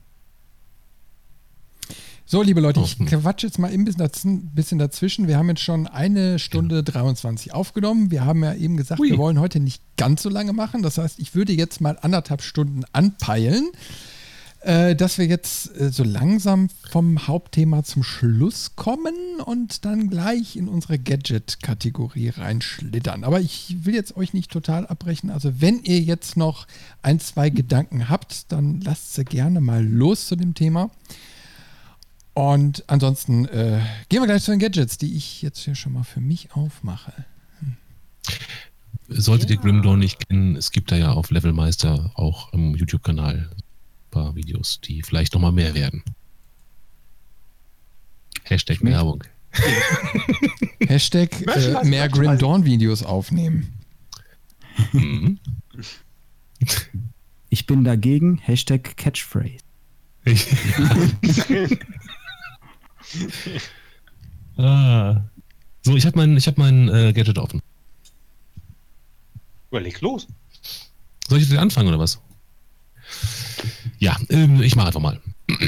So, liebe Leute, ich Oh, hm. quatsch jetzt mal ein bisschen dazwischen, bisschen dazwischen. Wir haben jetzt schon eine Stunde dreiundzwanzig aufgenommen. Wir haben ja eben gesagt, Ui. wir wollen heute nicht ganz so lange machen. Das heißt, ich würde jetzt mal anderthalb Stunden anpeilen, äh, dass wir jetzt äh, so langsam vom Hauptthema zum Schluss kommen und dann gleich in unsere Gadget-Kategorie reinschlittern. Aber ich will jetzt euch nicht total abbrechen. Also wenn ihr jetzt noch ein, zwei Gedanken habt, dann lasst sie gerne mal los zu dem Thema. Und ansonsten äh, gehen wir gleich zu den Gadgets, die ich jetzt hier schon mal für mich aufmache. Solltet ihr Ja. Grim Dawn nicht kennen, es gibt da ja auf Levelmeister auch im YouTube-Kanal ein paar Videos, die vielleicht nochmal mehr werden. Hashtag Ich möchte- Werbung. Hashtag äh, mehr Grim Dawn Videos aufnehmen. Mhm. Ich bin dagegen, Hashtag Catchphrase. Ich, ah. So, ich habe mein, ich hab mein äh, Gadget offen. Überleg los. Soll ich jetzt anfangen oder was? Ja, ähm, ich mache einfach mal.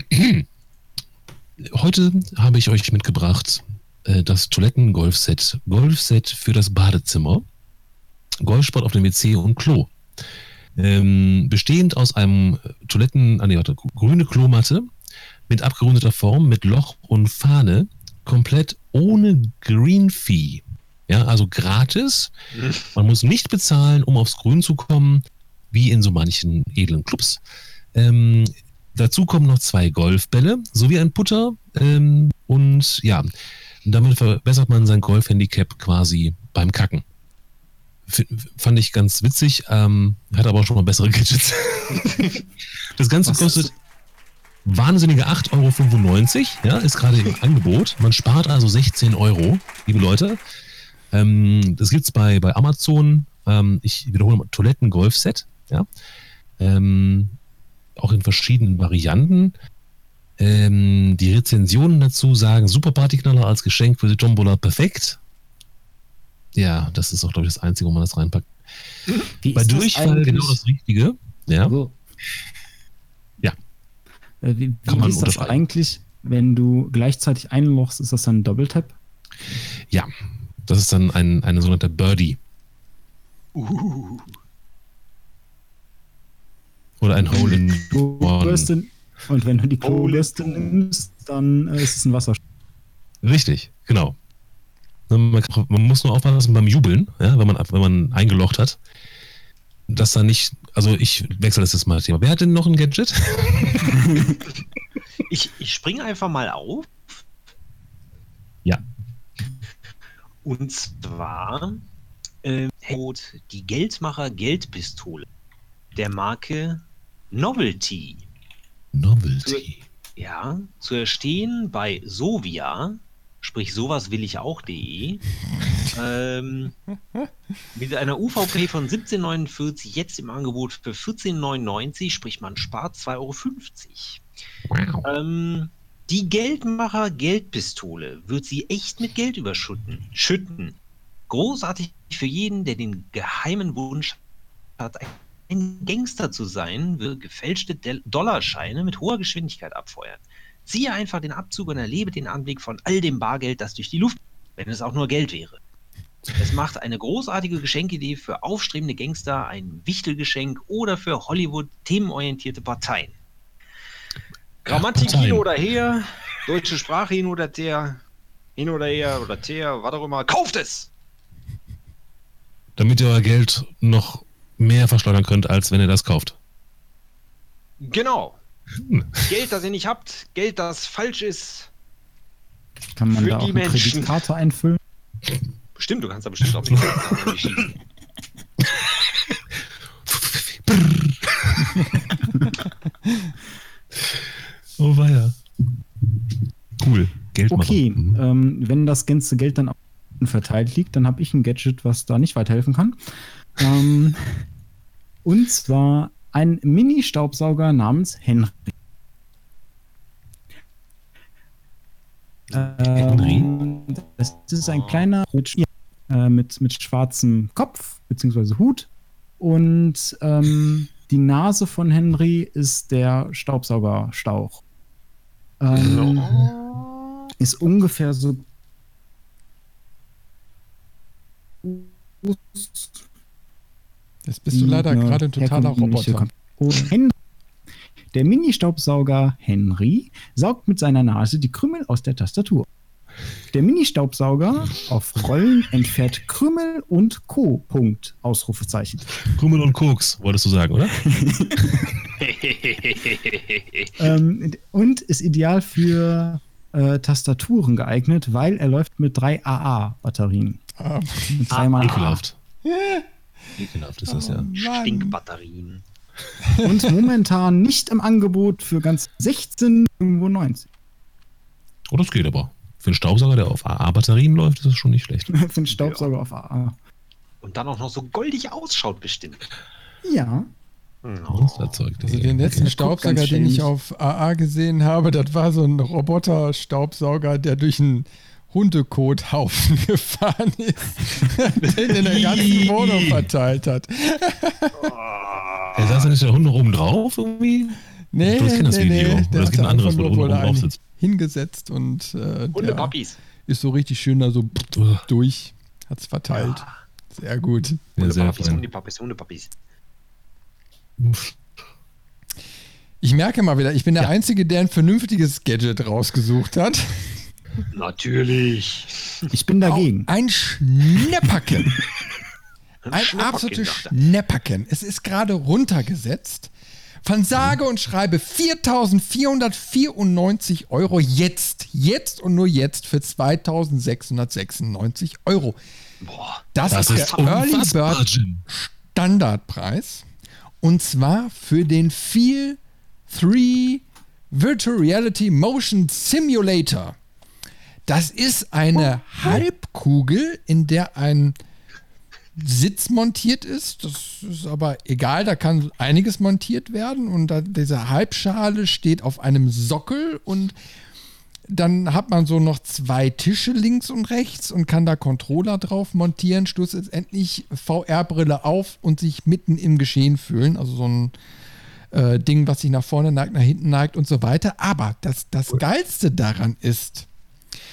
Heute habe ich euch mitgebracht äh, das Toiletten-Golfset. Golfset für das Badezimmer. Golfsport auf dem W C und Klo. Ähm, bestehend aus einem Toiletten, ah, nee, warte, grüne Klomatte mit abgerundeter Form, mit Loch und Fahne, komplett ohne Green Fee. Ja, also gratis. Man muss nicht bezahlen, um aufs Grün zu kommen, wie in so manchen edlen Clubs. Ähm, dazu kommen noch zwei Golfbälle sowie ein Putter. Ähm, und ja, damit verbessert man sein Golfhandicap quasi beim Kacken. F- fand ich ganz witzig, ähm, hat aber auch schon mal bessere Gadgets. Das Ganze Was kostet ist- wahnsinnige acht Euro fünfundneunzig, ja, ist gerade im Angebot. Man spart also sechzehn Euro, liebe Leute. Ähm, das gibt's bei, bei Amazon. Ähm, ich wiederhole mal, Toiletten-Golf-Set, ja. Ähm, auch in verschiedenen Varianten. Ähm, die Rezensionen dazu sagen, super Partyknaller als Geschenk für die Tombola, perfekt. Ja, das ist auch, glaube ich, das Einzige, wo man das reinpackt. Wie Bei ist das Durchfall eigentlich- genau das Richtige. Ja, So. Ja. Äh, Wie, Kann wie man ist das unterscheiden. eigentlich, wenn du gleichzeitig einlochst, ist das dann ein Doppeltap? ja. Das ist dann ein, eine sogenannte Birdie. Uh. Oder ein Hole in Klobürste. Und wenn du die Klobürste nimmst, dann äh, ist es ein Wasserstoff. Richtig, genau. Man, man muss nur aufpassen beim Jubeln, ja, wenn man, wenn man eingelocht hat, dass da nicht, also ich wechsle das jetzt mal das Thema. Wer hat denn noch ein Gadget? Ich, ich springe einfach mal auf. Ja. Und zwar äh, die Geldmacher Geldpistole der Marke Novelty. Novelty. Zu, ja, zu erstehen bei Sovia, sprich sowas will ich auch.de, ähm, mit einer U V P von siebzehn neunundvierzig, jetzt im Angebot für vierzehn neunundneunzig, sprich man spart zwei Euro fünfzig. Wow. Ähm, die Geldmacher Geldpistole wird sie echt mit Geld überschütten. Schütten. Großartig für jeden, der den geheimen Wunsch hat, ein Gangster zu sein, will gefälschte Del- Dollarscheine mit hoher Geschwindigkeit abfeuern. Ziehe einfach den Abzug und erlebe den Anblick von all dem Bargeld, das durch die Luft, wenn es auch nur Geld wäre. Es macht eine großartige Geschenkidee für aufstrebende Gangster, ein Wichtelgeschenk oder für Hollywood-themenorientierte Parteien. Grammatik Parteien. hin oder her, deutsche Sprache hin oder her, hin oder her oder her, was auch immer. Kauft es! Damit ihr euer Geld noch mehr verschleudern könnt, als wenn ihr das kauft. Genau. Hm. Geld, das ihr nicht habt, Geld, das falsch ist. Kann man Für da auch die eine Menschen. Kreditkarte einfüllen? Bestimmt, du kannst da bestimmt auch mit Geld schießen. Oh weia. Cool. Geldmacher. Okay, Mhm. ähm, wenn das ganze Geld dann verteilt liegt, dann habe ich ein Gadget, was da nicht weiterhelfen kann. ähm, und zwar ein Mini-Staubsauger namens Henry. Henry? Ähm, das ist ein kleiner mit, äh, mit, mit schwarzem Kopf bzw. Hut und ähm, die Nase von Henry ist der Staubsaugerstauch. Ähm, ist ungefähr so Jetzt bist du leider eine gerade ein totaler herkömmliche Roboter. Kom- Und Henry, der Mini-Staubsauger Henry saugt mit seiner Nase die Krümel aus der Tastatur. Der Mini-Staubsauger auf Rollen entfernt Krümel und Co. Punkt. Ausrufezeichen. Krümel und Koks, wolltest du sagen, oder? ähm, und ist ideal für äh, Tastaturen geeignet, weil er läuft mit drei A A-Batterien. Ah, Mit dreimal A A. Ekelhaft. Ekelhaft ist das, ja. Mann. Stinkbatterien. Und momentan nicht im Angebot für ganz sechzehn neunundneunzig. Oh, das geht aber. Für einen Staubsauger, der auf A A-Batterien läuft, ist das schon nicht schlecht. Für einen Staubsauger auf A A. Und dann auch noch so goldig ausschaut bestimmt. Ja. Monsterzeug. Also den letzten guckt Staubsauger, ganz den ich schämig. auf A A gesehen habe, das war so ein Roboter-Staubsauger, der durch einen Hundekothaufen gefahren ist, den in der ganzen Wohnung verteilt hat. Er saß ja nicht der Hund noch oben drauf irgendwie? Nee, Ich kenne das nee, Video. nee, Oder der es gibt hat ein anderes, einfach wo nur der wohl Hund oben drauf einen sitzt. hingesetzt und äh, der Hundepuppies. ist so richtig schön da so Uah. durch, hat's verteilt. Ja. Sehr gut. Ja, sehr Hundepuppies, fein. Hundepuppies, Hundepuppies. Ich merke mal wieder, ich bin der Ja. Einzige, der ein vernünftiges Gadget rausgesucht hat. Natürlich. Ich bin dagegen. Ein Schnäpperken. Ein Schnäpperken, absolutes dachte er. Schnäpperken. Es ist gerade runtergesetzt. Von sage und schreibe viertausendvierhundertvierundneunzig Euro jetzt. Jetzt und nur jetzt für zweitausendsechshundertsechsundneunzig Euro. Boah. Das, Das ist ist der Early unfassbar, Bird Jim. Standardpreis. Und zwar für den Feel drei Virtual Reality Motion Simulator. Das ist eine Halbkugel, in der ein Sitz montiert ist. Das ist aber egal, da kann einiges montiert werden. Und da, diese Halbschale steht auf einem Sockel und dann hat man so noch zwei Tische links und rechts und kann da Controller drauf montieren, stoßt jetzt endlich V R-Brille auf und sich mitten im Geschehen fühlen. Also so ein äh, Ding, was sich nach vorne neigt, nach hinten neigt und so weiter. Aber das, das Geilste daran ist,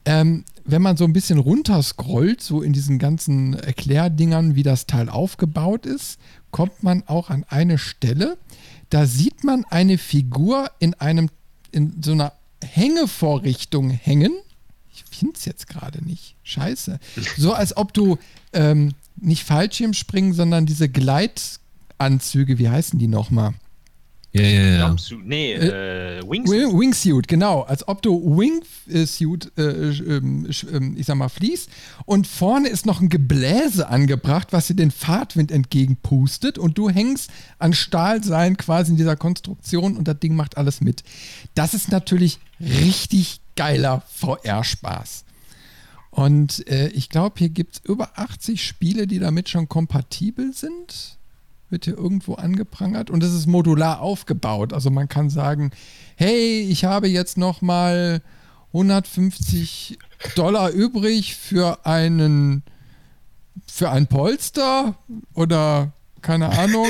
ähm, wenn man so ein bisschen runterscrollt, so in diesen ganzen Erklärdingern, wie das Teil aufgebaut ist, kommt man auch an eine Stelle, da sieht man eine Figur in einem, in so einer Hängevorrichtung hängen. Ich finde es jetzt gerade nicht. Scheiße. So als ob du ähm, nicht Fallschirmspringen, sondern diese Gleitanzüge, wie heißen die nochmal? Ja, ja, ja. Jumpsuit, nee, äh, Wingsuit. Wing- Wingsuit, genau. Als ob du Wingsuit, äh, ähm, sch- ähm, ich sag mal, fließt. Und vorne ist noch ein Gebläse angebracht, was dir den Fahrtwind entgegenpustet. Und du hängst an Stahlseilen quasi in dieser Konstruktion und das Ding macht alles mit. Das ist natürlich richtig geiler V R-Spaß. Und äh, ich glaube, hier gibt es über achtzig Spiele, die damit schon kompatibel sind. Wird hier irgendwo angeprangert. Und es ist modular aufgebaut. Also man kann sagen, hey, ich habe jetzt noch mal hundertfünfzig Dollar übrig für einen für ein Polster oder keine Ahnung.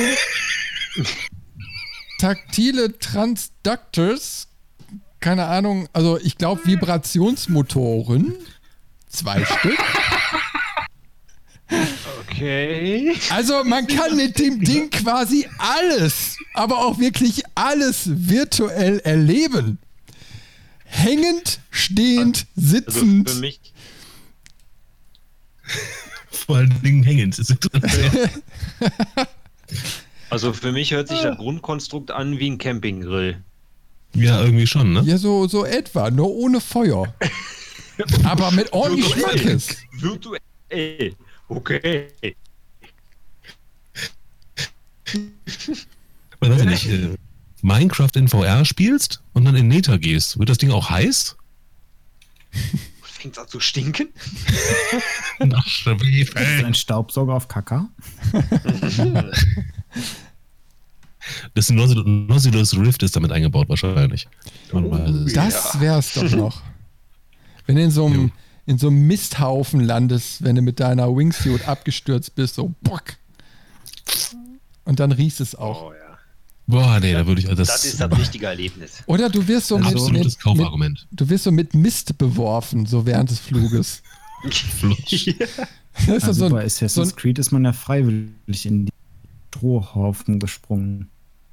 Taktile Transductors. Keine Ahnung, also ich glaube Vibrationsmotoren. Zwei Stück. Okay. Also man kann mit dem Ding quasi alles, aber auch wirklich alles virtuell erleben. Hängend, stehend, Also sitzend. für mich, Vor allen Dingen hängend. Das ist also für mich hört sich das Grundkonstrukt an wie ein Campinggrill. ja, irgendwie schon, ne? Ja, so, so etwa, nur ohne Feuer. Aber mit ordentlich Schmackes. Virtuell. Okay. Weil, weiß ich nicht, äh, Minecraft in V R spielst und dann in Nether gehst, wird das Ding auch heiß? Fängt an zu stinken? Nach Ist das Schwefel. ein Staubsauger auf Kaka? Das Nautilus Rift ist damit eingebaut wahrscheinlich. Man weiß es. Das wär's doch noch. Wenn du in so einem, in so einem Misthaufen landest, wenn du mit deiner Wingsuit abgestürzt bist, so bock. Und dann riechst es auch. Oh ja. Boah, nee, da würde ich... Das, Das ist das richtige Erlebnis. Oder du wirst so mit, absolutes mit, mit, Kaufargument. du wirst so mit Mist beworfen, so während des Fluges. Flutsch. Das ist Also so bei ein, Assassin's so ein, Creed ist man ja freiwillig in die Strohhaufen gesprungen.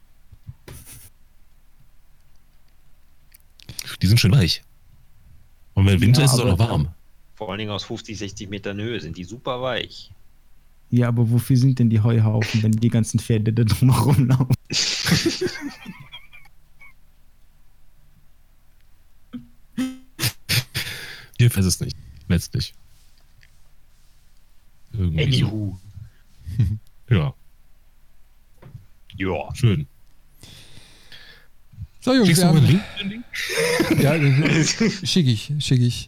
Die sind schön weich. Und wenn Winter Ja, ist es auch aber- noch warm. Vor allen Dingen aus fünfzig, sechzig Metern Höhe sind die super weich. Ja, aber wofür sind denn die Heuhaufen, wenn die ganzen Pferde da drumherum laufen? Hier weiß es nicht. Letztlich. Irgendwie so. Anywho. Ja, Ja. schön. so Jungs, Schickst wir du mal einen haben, Link? Den Ding? ja, schick ich, schick ich.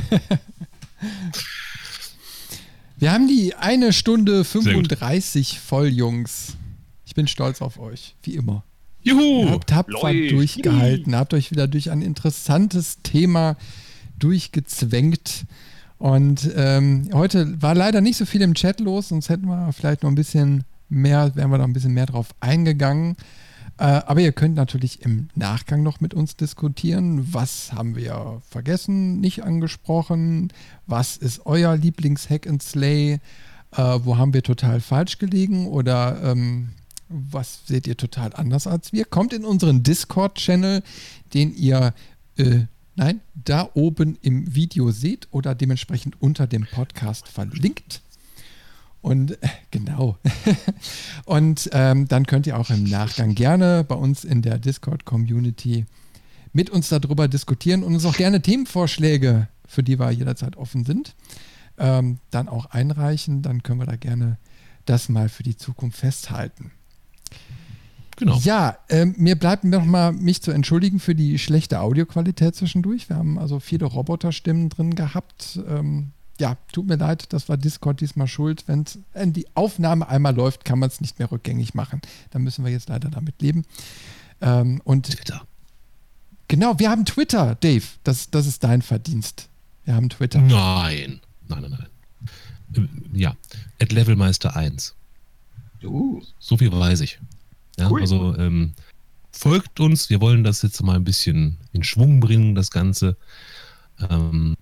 Wir haben die eine Stunde fünfunddreißig voll, Jungs. Ich bin stolz auf euch, wie immer. Ihr Juhu! habt tapfer Leute. durchgehalten, habt euch wieder durch ein interessantes Thema durchgezwängt. Und ähm, heute war leider nicht so viel im Chat los, sonst hätten wir vielleicht noch ein bisschen mehr, wären wir noch ein bisschen mehr drauf eingegangen. Äh, aber ihr könnt natürlich im Nachgang noch mit uns diskutieren. Was haben wir vergessen, nicht angesprochen? Was ist euer Lieblings-Hack and Slay? Äh, wo haben wir total falsch gelegen? Oder ähm, was seht ihr total anders als wir? Kommt in unseren Discord-Channel, den ihr äh, nein, da oben im Video seht oder dementsprechend unter dem Podcast verlinkt. Und äh, genau. Und ähm, dann könnt ihr auch im Nachgang gerne bei uns in der Discord-Community mit uns darüber diskutieren und uns auch gerne Themenvorschläge, für die wir jederzeit offen sind, ähm, dann auch einreichen. Dann können wir da gerne das mal für die Zukunft festhalten. Genau. Ja, ähm, mir bleibt noch mal, mich zu entschuldigen für die schlechte Audioqualität zwischendurch. Wir haben also viele Roboterstimmen drin gehabt. Ähm, ja, tut mir leid, das war Discord diesmal schuld. Wenn die Aufnahme einmal läuft, kann man es nicht mehr rückgängig machen. Dann müssen wir jetzt leider damit leben. Ähm, und Twitter. genau, wir haben Twitter, Dave. Das, das ist dein Verdienst. Wir haben Twitter. Nein. Nein, nein, nein. Ähm, Ja, at Levelmeister eins. Uh. So viel weiß ich. Ja, Cool. Also ähm, folgt uns. Wir wollen das jetzt mal ein bisschen in Schwung bringen, das Ganze. Ähm,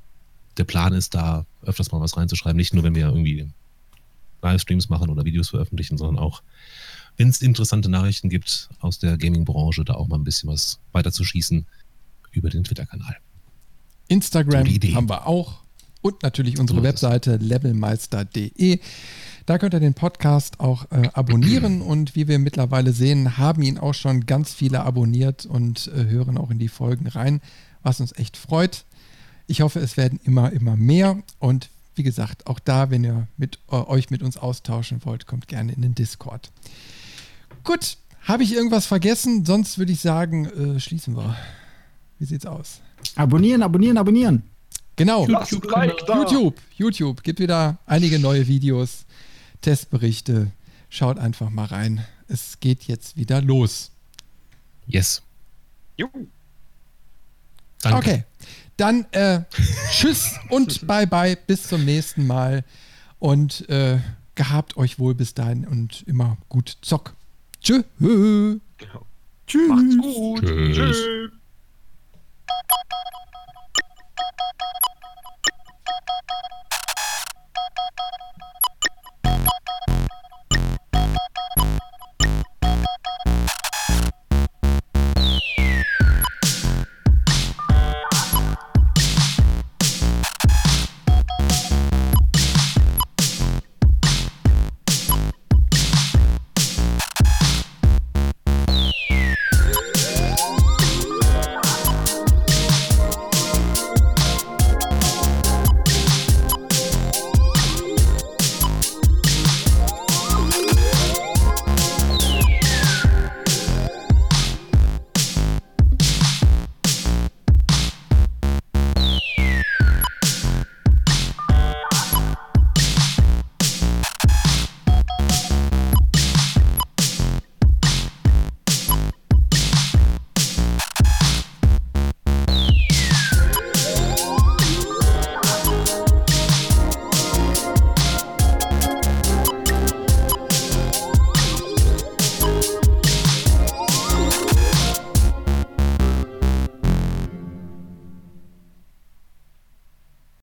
der Plan ist, da öfters mal was reinzuschreiben. Nicht nur, wenn wir irgendwie Livestreams machen oder Videos veröffentlichen, sondern auch, wenn es interessante Nachrichten gibt aus der Gaming-Branche, da auch mal ein bisschen was weiterzuschießen über den Twitter-Kanal. Instagram So die Idee. haben wir auch. Und natürlich unsere So ist es. Webseite levelmeister punkt de. Da könnt ihr den Podcast auch äh, abonnieren und wie wir mittlerweile sehen, haben ihn auch schon ganz viele abonniert und äh, hören auch in die Folgen rein, was uns echt freut. Ich hoffe, es werden immer, immer mehr und wie gesagt, auch da, wenn ihr mit, äh, euch mit uns austauschen wollt, kommt gerne in den Discord. Gut, habe ich irgendwas vergessen? Sonst würde ich sagen, äh, schließen wir. Wie sieht's aus? Abonnieren, abonnieren, abonnieren. Genau. Lasst ein Like da. YouTube, YouTube, gibt wieder einige neue Videos, Testberichte. Schaut einfach mal rein. Es geht jetzt wieder los. Yes. Juhu. Danke. Okay, dann äh, tschüss und bye bye, bis zum nächsten Mal und äh, gehabt euch wohl bis dahin und immer gut Zock. Tschö. Genau. Tschüss. Macht's gut. Tschüss. Tschüss.